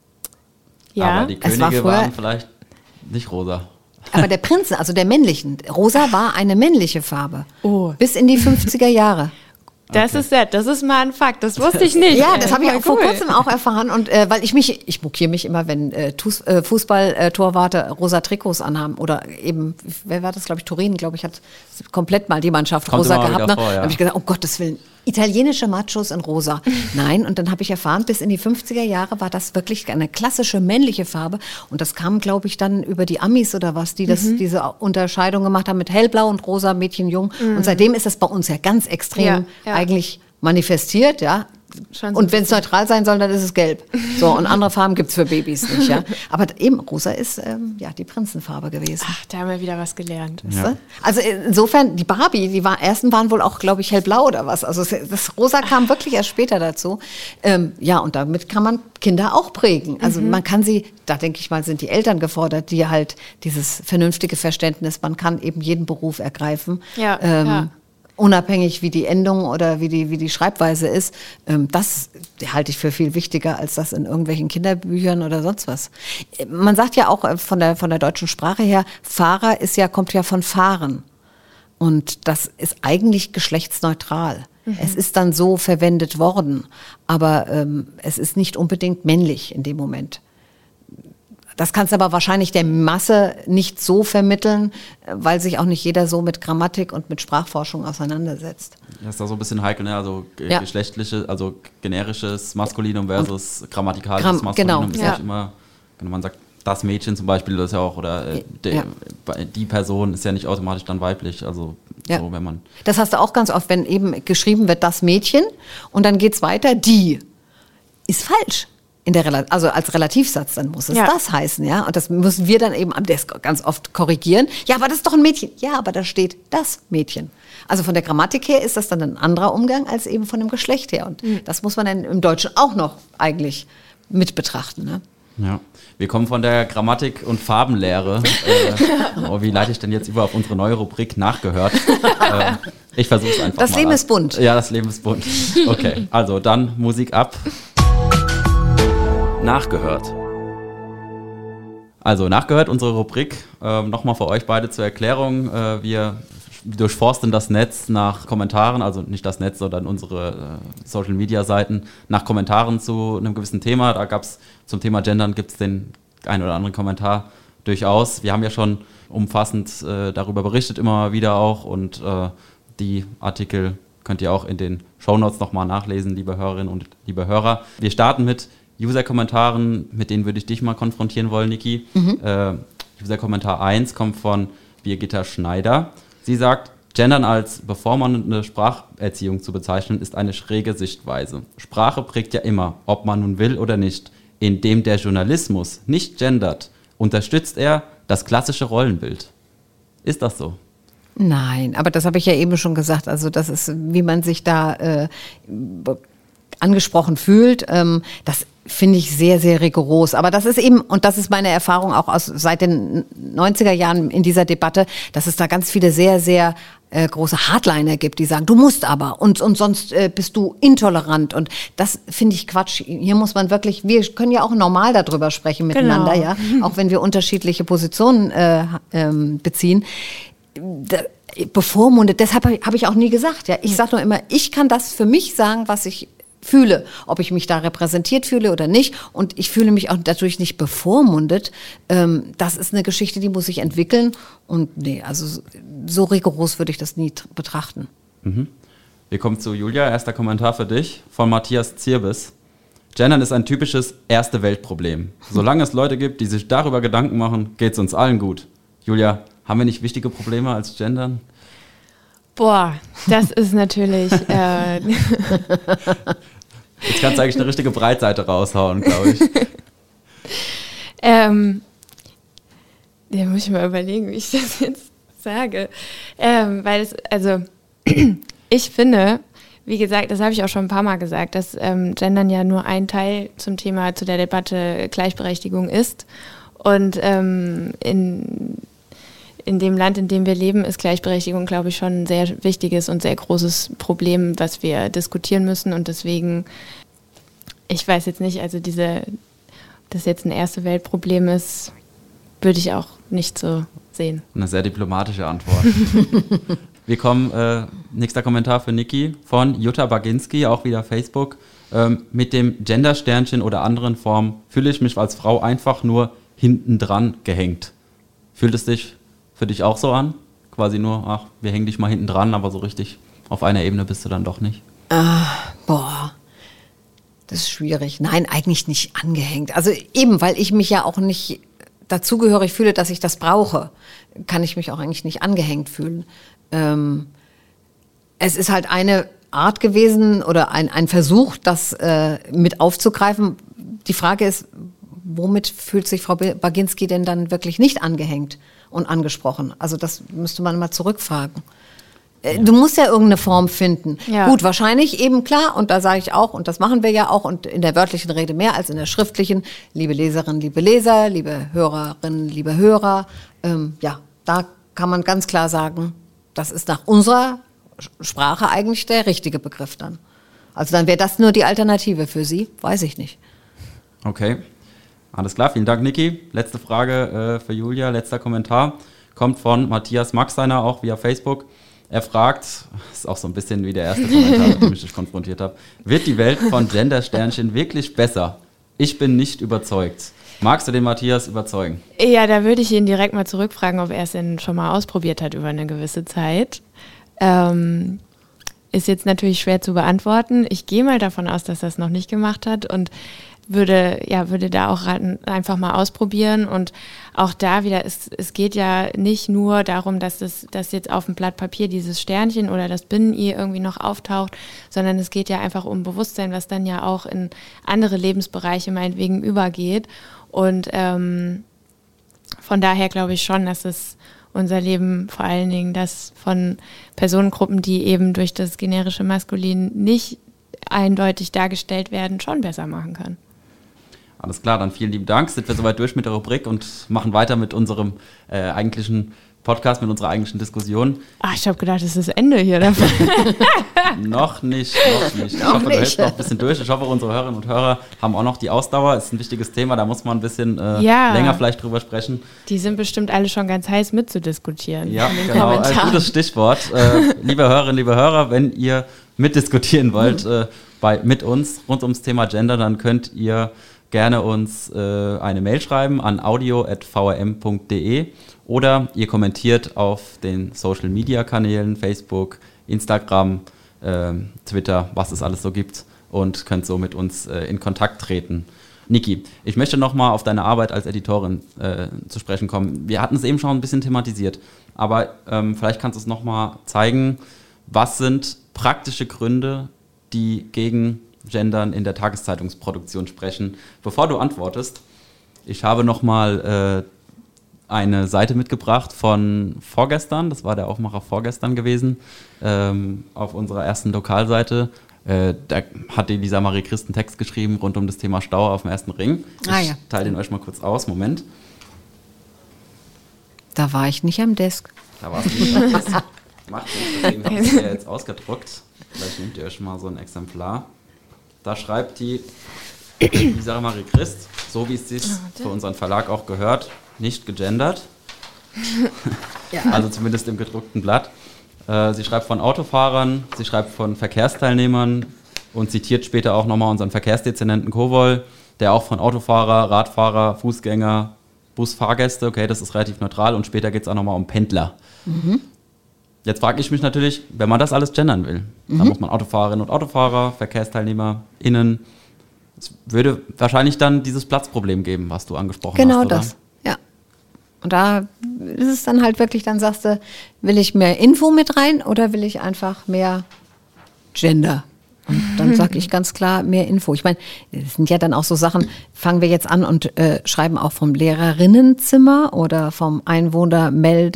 Ja, aber die Könige war früher, waren vielleicht nicht rosa. Aber der Prinzen, also der männlichen. Rosa war eine männliche Farbe. Oh. Bis in die fünfziger Jahre. Das okay. ist ja, das ist mal ein Fakt, das wusste ich nicht. Ja, das habe ich auch cool. vor kurzem auch erfahren. Und äh, weil ich mich, ich mokiere mich immer, wenn äh, Fußball-Torwarte äh, rosa Trikots anhaben. Oder eben, wer war das, glaube ich, Turin, glaube ich, hat komplett mal die Mannschaft Kommt rosa gehabt. Ne? Vor, ja. Da habe ich gesagt, um Gottes Willen, italienische Machos in rosa. Nein, und dann habe ich erfahren, bis in die fünfziger Jahre war das wirklich eine klassische männliche Farbe. Und das kam, glaube ich, dann über die Amis oder was, die das, mhm. diese Unterscheidung gemacht haben mit hellblau und rosa, Mädchen, Jung. Mhm. Und seitdem ist das bei uns ja ganz extrem ja, ja. eigentlich manifestiert, ja. Schon und wenn es neutral sein soll, dann ist es gelb. So, und andere Farben gibt es für Babys nicht, ja. Aber eben, rosa ist ähm, ja die Prinzenfarbe gewesen. Ach, da haben wir wieder was gelernt. Ja. Also insofern, die Barbie, die war, ersten waren wohl auch, glaube ich, hellblau oder was. Also das Rosa kam wirklich erst später dazu. Ähm, ja, und damit kann man Kinder auch prägen. Also mhm. man kann sie, da denke ich mal, sind die Eltern gefordert, die halt dieses vernünftige Verständnis, man kann eben jeden Beruf ergreifen. Ja, ähm, ja. Unabhängig wie die Endung oder wie die, wie die Schreibweise ist, ähm, das halte ich für viel wichtiger als das in irgendwelchen Kinderbüchern oder sonst was. Man sagt ja auch von der, von der deutschen Sprache her, Fahrer ist ja, kommt ja von fahren. Und das ist eigentlich geschlechtsneutral. Mhm. Es ist dann so verwendet worden, aber ähm, es ist nicht unbedingt männlich in dem Moment. Das kannst du aber wahrscheinlich der Masse nicht so vermitteln, weil sich auch nicht jeder so mit Grammatik und mit Sprachforschung auseinandersetzt. Das ist da so ein bisschen heikel, ne? Also ja. geschlechtliche, also generisches Maskulinum versus und grammatikalisches Gram- Maskulinum genau. ist ja. nicht immer, man sagt, das Mädchen zum Beispiel, das ist ja auch, oder äh, de, ja. die Person ist ja nicht automatisch dann weiblich, also ja. so, wenn man... Das hast du auch ganz oft, wenn eben geschrieben wird, das Mädchen und dann geht's weiter, die, ist falsch. In der Rel- also als Relativsatz, dann muss es ja. das heißen, ja. Und das müssen wir dann eben das ganz oft korrigieren. Ja, aber das ist doch ein Mädchen. Ja, aber da steht das Mädchen. Also von der Grammatik her ist das dann ein anderer Umgang als eben von dem Geschlecht her. Und mhm. das muss man dann im Deutschen auch noch eigentlich mit betrachten, ne? Ja, wir kommen von der Grammatik- und Farbenlehre. äh, oh, wie leite ich denn jetzt über auf unsere neue Rubrik nachgehört? äh, ich versuche es einfach das mal. Das Leben an. ist bunt. Ja, das Leben ist bunt. Okay, also dann Musik ab. Nachgehört. Also nachgehört, unsere Rubrik. Ähm, Nochmal für euch beide zur Erklärung. Äh, wir durchforsten das Netz nach Kommentaren, also nicht das Netz, sondern unsere äh, Social-Media-Seiten, nach Kommentaren zu einem gewissen Thema. Da gab es zum Thema Gendern, gibt es den einen oder anderen Kommentar durchaus. Wir haben ja schon umfassend äh, darüber berichtet, immer mal wieder auch, und äh, die Artikel könnt ihr auch in den Shownotes nochmal nachlesen, liebe Hörerinnen und liebe Hörer. Wir starten mit User-Kommentaren, mit denen würde ich dich mal konfrontieren wollen, Niki. Mhm. Äh, User-Kommentar eins kommt von Birgitta Schneider. Sie sagt, Gendern als bevormundende Spracherziehung zu bezeichnen, ist eine schräge Sichtweise. Sprache prägt ja immer, ob man nun will oder nicht. Indem der Journalismus nicht gendert, unterstützt er das klassische Rollenbild. Ist das so? Nein, aber das habe ich ja eben schon gesagt. Also das ist, wie man sich da äh, angesprochen fühlt. Ähm, das finde ich sehr, sehr rigoros. Aber das ist eben, und das ist meine Erfahrung auch aus seit den neunziger Jahren in dieser Debatte, dass es da ganz viele sehr, sehr äh, große Hardliner gibt, die sagen, du musst aber und, und sonst äh, bist du intolerant. Und das finde ich Quatsch. Hier muss man wirklich, wir können ja auch normal darüber sprechen miteinander, genau. Ja, auch wenn wir unterschiedliche Positionen äh, ähm, beziehen. Da, bevormundet, deshalb habe ich auch nie gesagt. Ja, ich sage nur immer, ich kann das für mich sagen, was ich fühle, ob ich mich da repräsentiert fühle oder nicht. Und ich fühle mich auch dadurch nicht bevormundet. Ähm, das ist eine Geschichte, die muss sich entwickeln. Und nee, also so rigoros würde ich das nie t- betrachten. Mhm. Wir kommen zu Julia. Erster Kommentar für dich von Matthias Zirbis. Gendern ist ein typisches Erste-Welt-Problem. Solange es Leute gibt, die sich darüber Gedanken machen, geht es uns allen gut. Julia, haben wir nicht wichtige Probleme als Gendern? Boah, das ist natürlich... Äh Jetzt kannst du eigentlich eine richtige Breitseite raushauen, glaube ich. ähm, da muss ich mal überlegen, wie ich das jetzt sage. Ähm, weil es, also, ich finde, wie gesagt, das habe ich auch schon ein paar Mal gesagt, dass ähm, Gendern ja nur ein Teil zum Thema, zu der Debatte Gleichberechtigung ist. Und ähm, in... In dem Land, in dem wir leben, ist Gleichberechtigung, glaube ich, schon ein sehr wichtiges und sehr großes Problem, was wir diskutieren müssen. Und deswegen, ich weiß jetzt nicht, also diese, ob das jetzt ein Erste-Welt-Problem ist, würde ich auch nicht so sehen. Eine sehr diplomatische Antwort. Wir kommen, äh, nächster Kommentar für Niki von Jutta Baginski, auch wieder Facebook. Ähm, mit dem Gender-Sternchen oder anderen Formen fühle ich mich als Frau einfach nur hinten dran gehängt. Fühlt es dich für dich auch so an? Quasi nur, ach, wir hängen dich mal hinten dran, aber so richtig auf einer Ebene bist du dann doch nicht? Ah, boah, das ist schwierig. Nein, eigentlich nicht angehängt. Also eben, weil ich mich ja auch nicht dazugehörig fühle, dass ich das brauche, kann ich mich auch eigentlich nicht angehängt fühlen. Ähm, es ist halt eine Art gewesen oder ein, ein Versuch, das äh, mit aufzugreifen. Die Frage ist, womit fühlt sich Frau Baginski denn dann wirklich nicht angehängt und angesprochen? Also das müsste man mal zurückfragen. Ja. Du musst ja irgendeine Form finden. Ja. Gut, wahrscheinlich eben klar, und da sage ich auch, und das machen wir ja auch, und in der wörtlichen Rede mehr als in der schriftlichen, liebe Leserinnen, liebe Leser, liebe Hörerinnen, liebe Hörer, ähm, ja, da kann man ganz klar sagen, das ist nach unserer Sprache eigentlich der richtige Begriff dann. Also dann wäre das nur die Alternative für Sie, weiß ich nicht. Okay. Alles klar, vielen Dank, Niki. Letzte Frage äh, für Julia, letzter Kommentar, kommt von Matthias Maxeiner, auch via Facebook. Er fragt, das ist auch so ein bisschen wie der erste Kommentar, mit dem ich dich konfrontiert habe, wird die Welt von Gender-Sternchen wirklich besser? Ich bin nicht überzeugt. Magst du den Matthias überzeugen? Ja, da würde ich ihn direkt mal zurückfragen, ob er es denn schon mal ausprobiert hat über eine gewisse Zeit. Ähm, ist jetzt natürlich schwer zu beantworten. Ich gehe mal davon aus, dass er es noch nicht gemacht hat und würde ja würde da auch raten, einfach mal ausprobieren. Und auch da wieder, es, es geht ja nicht nur darum, dass das dass jetzt auf dem Blatt Papier dieses Sternchen oder das Binnen-I irgendwie noch auftaucht, sondern es geht ja einfach um Bewusstsein, was dann ja auch in andere Lebensbereiche meinetwegen übergeht. Und ähm, von daher glaube ich schon, dass es unser Leben, vor allen Dingen das von Personengruppen, die eben durch das generische Maskulin nicht eindeutig dargestellt werden, schon besser machen kann. Alles klar, dann vielen lieben Dank. Sind wir soweit durch mit der Rubrik und machen weiter mit unserem äh, eigentlichen Podcast, mit unserer eigentlichen Diskussion. Ach, ich habe gedacht, das ist das Ende hier davon. Noch nicht, noch nicht. Ich noch hoffe, nicht. du hältst noch ein bisschen durch. Ich hoffe, unsere Hörerinnen und Hörer haben auch noch die Ausdauer. Das ist ein wichtiges Thema, da muss man ein bisschen äh, ja. länger vielleicht drüber sprechen. Die sind bestimmt alle schon ganz heiß mitzudiskutieren. Ja, in den genau, ein Kommentaren. gutes Stichwort. Äh, liebe Hörerinnen, liebe Hörer, wenn ihr mitdiskutieren wollt äh, bei, mit uns rund ums Thema Gender, dann könnt ihr gerne uns äh, eine Mail schreiben an audio at v r m punkt d e oder ihr kommentiert auf den Social-Media-Kanälen, Facebook, Instagram, äh, Twitter, was es alles so gibt und könnt so mit uns äh, in Kontakt treten. Niki, ich möchte nochmal auf deine Arbeit als Editorin äh, zu sprechen kommen. Wir hatten es eben schon ein bisschen thematisiert, aber ähm, vielleicht kannst du es nochmal zeigen, was sind praktische Gründe, die gegen Gendern in der Tageszeitungsproduktion sprechen. Bevor du antwortest, ich habe nochmal äh, eine Seite mitgebracht von vorgestern, das war der Aufmacher vorgestern gewesen, ähm, auf unserer ersten Lokalseite. Äh, da hat die Lisa Marie Christ einen Text geschrieben rund um das Thema Stau auf dem ersten Ring. Ich Ah, ja. teile den euch mal kurz aus, Moment. Da war ich nicht am Desk. Da war es nicht. Das macht nichts, deswegen habe ich es ja jetzt ausgedruckt. Vielleicht nehmt ihr euch mal so ein Exemplar. Da schreibt die Lisa Marie Christ, so wie es sich für unseren Verlag auch gehört, nicht gegendert. Ja. Also zumindest im gedruckten Blatt. Äh, sie schreibt von Autofahrern, sie schreibt von Verkehrsteilnehmern und zitiert später auch nochmal unseren Verkehrsdezernenten Kowol, der auch von Autofahrer, Radfahrer, Fußgänger, Busfahrgäste, okay, das ist relativ neutral, und später geht es auch nochmal um Pendler. Mhm. Jetzt frage ich mich natürlich, wenn man das alles gendern will, mhm. dann muss man Autofahrerinnen und Autofahrer, VerkehrsteilnehmerInnen. Es würde wahrscheinlich dann dieses Platzproblem geben, was du angesprochen Genau hast, oder? das, ja. Und da ist es dann halt wirklich, dann sagst du, will ich mehr Info mit rein oder will ich einfach mehr Gender? Und dann sage ich ganz klar, mehr Info. Ich meine, das sind ja dann auch so Sachen, fangen wir jetzt an und äh, schreiben auch vom Lehrerinnenzimmer oder vom Einwohnermeld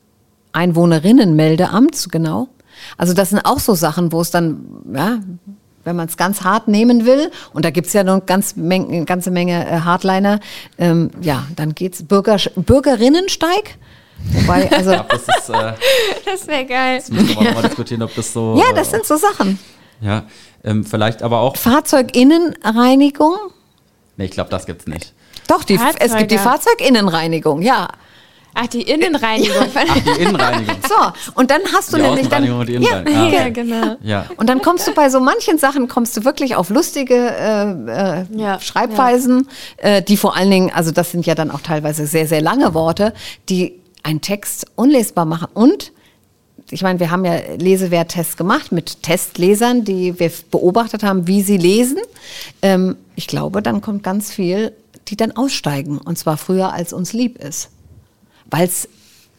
Einwohnerinnenmeldeamt, genau. Also das sind auch so Sachen, wo es dann, ja, wenn man es ganz hart nehmen will, und da gibt es ja noch ganz Menge, eine ganze Menge äh, Hardliner, ähm, ja, dann geht's Bürger, Bürgerinnensteig. Wobei, also. Ich glaub, das ist, äh, das wäre geil. das müssen wir mal diskutieren, ob das so. Ja, das äh, sind so Sachen. Ja, ähm, vielleicht aber auch. Fahrzeuginnenreinigung? Nee, ich glaube, das gibt's nicht. Doch, die, es gibt die Fahrzeuge. Fahrzeuginnenreinigung, ja. Ach, die Innenreinigung. Ach, die Innenreinigung. So, und dann hast du Die nämlich dann. Außenreinigung und die Innenreinigung. Ja, Ah, okay. Ja, genau. Ja. Und dann kommst du bei so manchen Sachen, kommst du wirklich auf lustige äh, äh, Ja, Schreibweisen, Äh, die vor allen Dingen, also das sind ja dann auch teilweise sehr, sehr lange Worte, die einen Text unlesbar machen. Und ich meine, wir haben ja Lesewerttests gemacht mit Testlesern, die wir beobachtet haben, wie sie lesen. Ähm, ich glaube, dann kommt ganz viel, die dann aussteigen. Und zwar früher, als uns lieb ist. Weil es,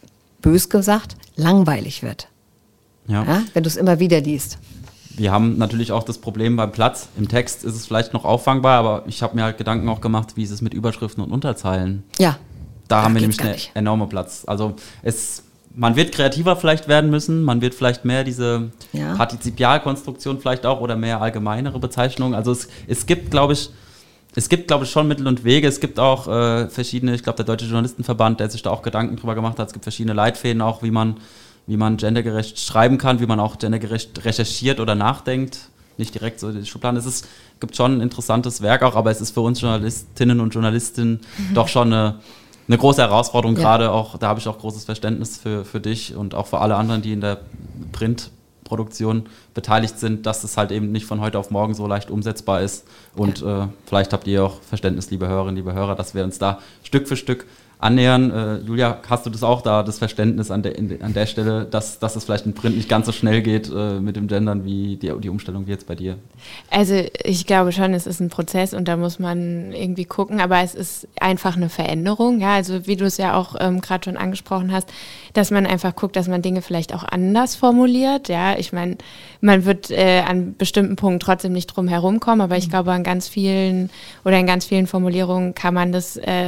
bös gesagt, langweilig wird. Ja. Ja, wenn du es immer wieder liest. Wir haben natürlich auch das Problem beim Platz. Im Text ist es vielleicht noch auffangbar, aber ich habe mir halt Gedanken auch gemacht, wie ist es mit Überschriften und Unterzeilen. Ja. Da Ach, haben wir geht's nämlich gar einen nicht. enormen Platz. Also es, man wird kreativer vielleicht werden müssen, man wird vielleicht mehr diese Ja. Partizipialkonstruktion vielleicht auch oder mehr allgemeinere Bezeichnungen. Also es, es gibt, glaube ich, es gibt, glaube ich, schon Mittel und Wege. Es gibt auch äh, verschiedene, ich glaube, der Deutsche Journalistenverband, der sich da auch Gedanken drüber gemacht hat. Es gibt verschiedene Leitfäden auch, wie man, wie man gendergerecht schreiben kann, wie man auch gendergerecht recherchiert oder nachdenkt. Nicht direkt so in die Schubladen. Es ist, gibt schon ein interessantes Werk auch, aber es ist für uns Journalistinnen und Journalisten mhm. doch schon eine, eine große Herausforderung. Ja. Gerade auch, da habe ich auch großes Verständnis für, für dich und auch für alle anderen, die in der Printproduktion beteiligt sind, dass es halt eben nicht von heute auf morgen so leicht umsetzbar ist. Und ja. äh, vielleicht habt ihr auch Verständnis, liebe Hörerinnen, liebe Hörer, dass wir uns da Stück für Stück annähern. Äh, Julia, hast du das auch da, das Verständnis an der, in, an der Stelle, dass, dass es vielleicht im Print nicht ganz so schnell geht äh, mit dem Gendern, wie die, die Umstellung wie jetzt bei dir? Also ich glaube schon, es ist ein Prozess und da muss man irgendwie gucken, aber es ist einfach eine Veränderung, ja, also wie du es ja auch ähm, gerade schon angesprochen hast, dass man einfach guckt, dass man Dinge vielleicht auch anders formuliert, ja, ich meine, man wird äh, an bestimmten Punkten trotzdem nicht drum herum kommen, aber ich glaube, an ganz vielen oder in ganz vielen Formulierungen kann man das äh,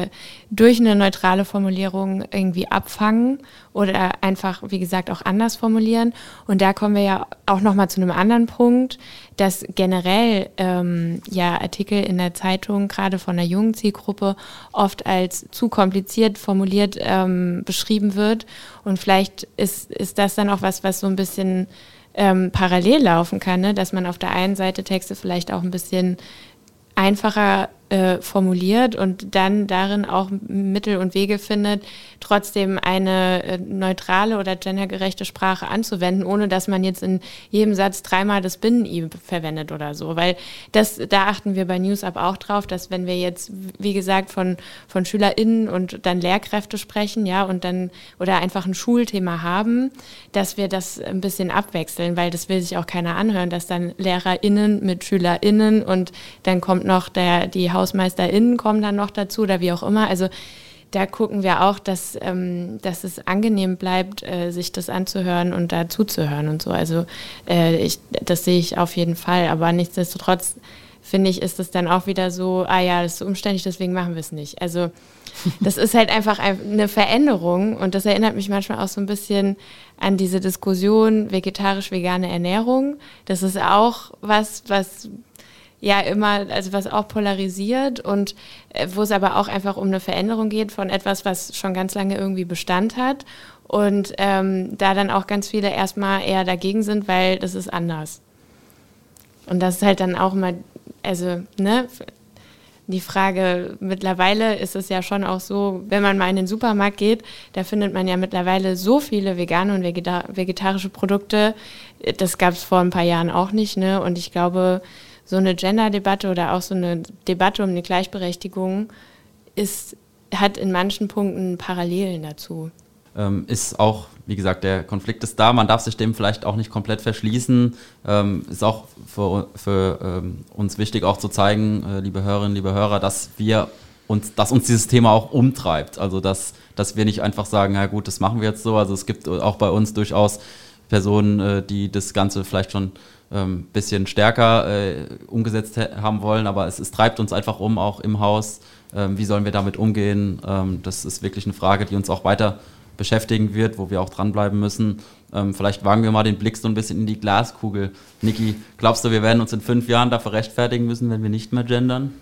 durch eine neutrale Formulierung irgendwie abfangen oder einfach, wie gesagt, auch anders formulieren. Und da kommen wir ja auch nochmal zu einem anderen Punkt, dass generell ähm, ja Artikel in der Zeitung, gerade von der jungen Zielgruppe, oft als zu kompliziert formuliert ähm, beschrieben wird. Und vielleicht ist, ist das dann auch was, was so ein bisschen ähm, parallel laufen kann, ne? Dass man auf der einen Seite Texte vielleicht auch ein bisschen einfacher äh, formuliert und dann darin auch Mittel und Wege findet, trotzdem eine äh, neutrale oder gendergerechte Sprache anzuwenden, ohne dass man jetzt in jedem Satz dreimal das Binnen-I verwendet oder so. Weil das, da achten wir bei NewsUp auch drauf, dass wenn wir jetzt, wie gesagt, von, von SchülerInnen und dann Lehrkräfte sprechen, ja, und dann oder einfach ein Schulthema haben, dass wir das ein bisschen abwechseln, weil das will sich auch keiner anhören, dass dann LehrerInnen mit SchülerInnen und dann kommt noch der, die HausmeisterInnen kommen dann noch dazu oder wie auch immer. Also da gucken wir auch, dass, ähm, dass es angenehm bleibt, äh, sich das anzuhören und da zuzuhören und so. Also äh, ich, das sehe ich auf jeden Fall. Aber nichtsdestotrotz, finde ich, ist es dann auch wieder so, ah ja, das ist so umständlich, deswegen machen wir es nicht. Also das ist halt einfach eine Veränderung und das erinnert mich manchmal auch so ein bisschen an diese Diskussion vegetarisch-vegane Ernährung. Das ist auch was, was ja immer, also was auch polarisiert und äh, wo es aber auch einfach um eine Veränderung geht von etwas, was schon ganz lange irgendwie Bestand hat und ähm, da dann auch ganz viele erstmal eher dagegen sind, weil das ist anders. Und das ist halt dann auch mal, also, ne, die Frage, mittlerweile ist es ja schon auch so, wenn man mal in den Supermarkt geht, da findet man ja mittlerweile so viele vegane und vegeta- vegetarische Produkte, das gab es vor ein paar Jahren auch nicht, ne, und ich glaube, so eine Gender-Debatte oder auch so eine Debatte um eine Gleichberechtigung ist, hat in manchen Punkten Parallelen dazu. Ähm, ist auch, wie gesagt, der Konflikt ist da, man darf sich dem vielleicht auch nicht komplett verschließen. Ähm, ist auch für, für ähm, uns wichtig auch zu zeigen, äh, liebe Hörerinnen, liebe Hörer, dass wir uns, dass uns dieses Thema auch umtreibt. Also dass, dass wir nicht einfach sagen, na gut, das machen wir jetzt so. Also es gibt auch bei uns durchaus Personen, äh, die das Ganze vielleicht schon ein bisschen stärker äh, umgesetzt haben wollen, aber es, es treibt uns einfach um, auch im Haus. Ähm, wie sollen wir damit umgehen? Ähm, das ist wirklich eine Frage, die uns auch weiter beschäftigen wird, wo wir auch dranbleiben müssen. Ähm, vielleicht wagen wir mal den Blick so ein bisschen in die Glaskugel. Niki, glaubst du, wir werden uns in fünf Jahren dafür rechtfertigen müssen, wenn wir nicht mehr gendern?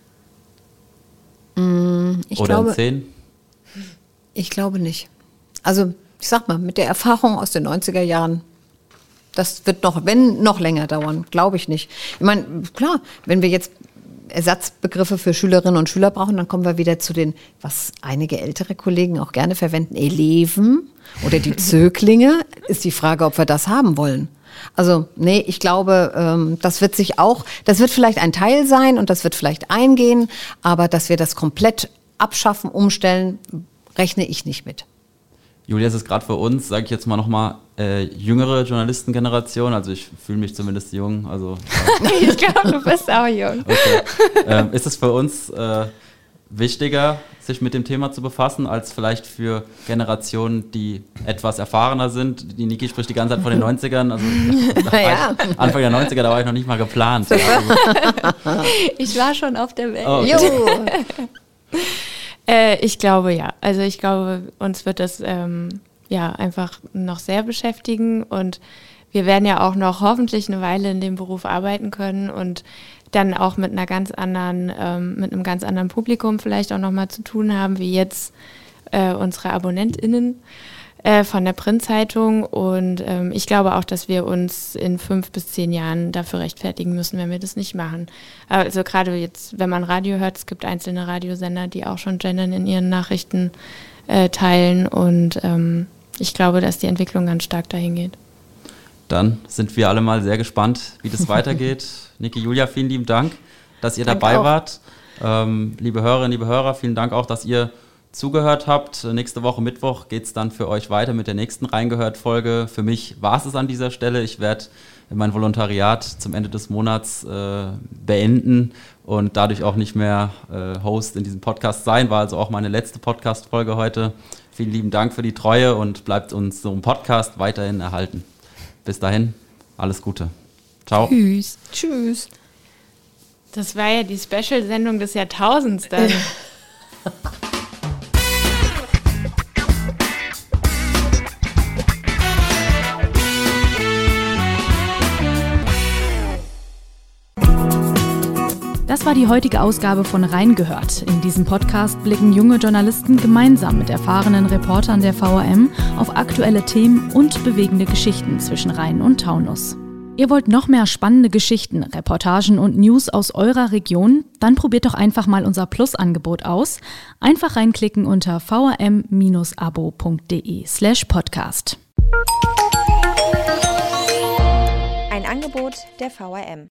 Mm, ich Oder glaube, in zehn? Ich glaube nicht. Also ich sag mal, mit der Erfahrung aus den neunziger Jahren, das wird noch, wenn, noch länger dauern, glaube ich nicht. Ich meine, klar, wenn wir jetzt Ersatzbegriffe für Schülerinnen und Schüler brauchen, dann kommen wir wieder zu den, was einige ältere Kollegen auch gerne verwenden, Eleven oder die Zöglinge. Ist die Frage, ob wir das haben wollen. Also nee, ich glaube, ähm, das wird sich auch, das wird vielleicht ein Teil sein und das wird vielleicht eingehen, aber dass wir das komplett abschaffen, umstellen, rechne ich nicht mit. Julia, es ist gerade für uns, sage ich jetzt mal nochmal, äh, jüngere Journalistengeneration, also ich fühle mich zumindest jung. Also, äh, ich glaube, du bist auch jung. Okay. Ähm, ist es für uns äh, wichtiger, sich mit dem Thema zu befassen, als vielleicht für Generationen, die etwas erfahrener sind? Die Niki spricht die ganze Zeit von den neunzigern, also ja. ich, Anfang der neunziger, da war ich noch nicht mal geplant. Ja, also. Ich war schon auf der Welt. Oh, okay. Äh, ich glaube, ja. Also ich glaube, uns wird das ähm, ja einfach noch sehr beschäftigen und wir werden ja auch noch hoffentlich eine Weile in dem Beruf arbeiten können und dann auch mit einer ganz anderen, ähm, mit einem ganz anderen Publikum vielleicht auch nochmal zu tun haben, wie jetzt äh, unsere AbonnentInnen äh, von der Printzeitung und ähm, ich glaube auch, dass wir uns in fünf bis zehn Jahren dafür rechtfertigen müssen, wenn wir das nicht machen. Also gerade jetzt, wenn man Radio hört, es gibt einzelne Radiosender, die auch schon gendern in ihren Nachrichten äh, teilen und ähm, ich glaube, dass die Entwicklung ganz stark dahin geht. Dann sind wir alle mal sehr gespannt, wie das weitergeht. Niki, Julia, vielen lieben Dank, dass ihr Dank dabei auch. wart. Ähm, liebe Hörerinnen, liebe Hörer, vielen Dank auch, dass ihr zugehört habt. Nächste Woche Mittwoch geht es dann für euch weiter mit der nächsten Reingehört-Folge. Für mich war es es an dieser Stelle. Ich werde mein Volontariat zum Ende des Monats äh, beenden und dadurch auch nicht mehr äh, Host in diesem Podcast sein. War also auch meine letzte Podcast-Folge heute. Vielen lieben Dank für die Treue und bleibt uns so im Podcast weiterhin erhalten. Bis dahin, alles Gute. Ciao. Tschüss. Tschüss. Das war ja die Special-Sendung des Jahrtausends dann. Das war die heutige Ausgabe von Reingehört. In diesem Podcast blicken junge Journalisten gemeinsam mit erfahrenen Reportern der V R M auf aktuelle Themen und bewegende Geschichten zwischen Rhein und Taunus. Ihr wollt noch mehr spannende Geschichten, Reportagen und News aus eurer Region? Dann probiert doch einfach mal unser Plus-Angebot aus. Einfach reinklicken unter vrm-abo.de slash podcast. Ein Angebot der V R M.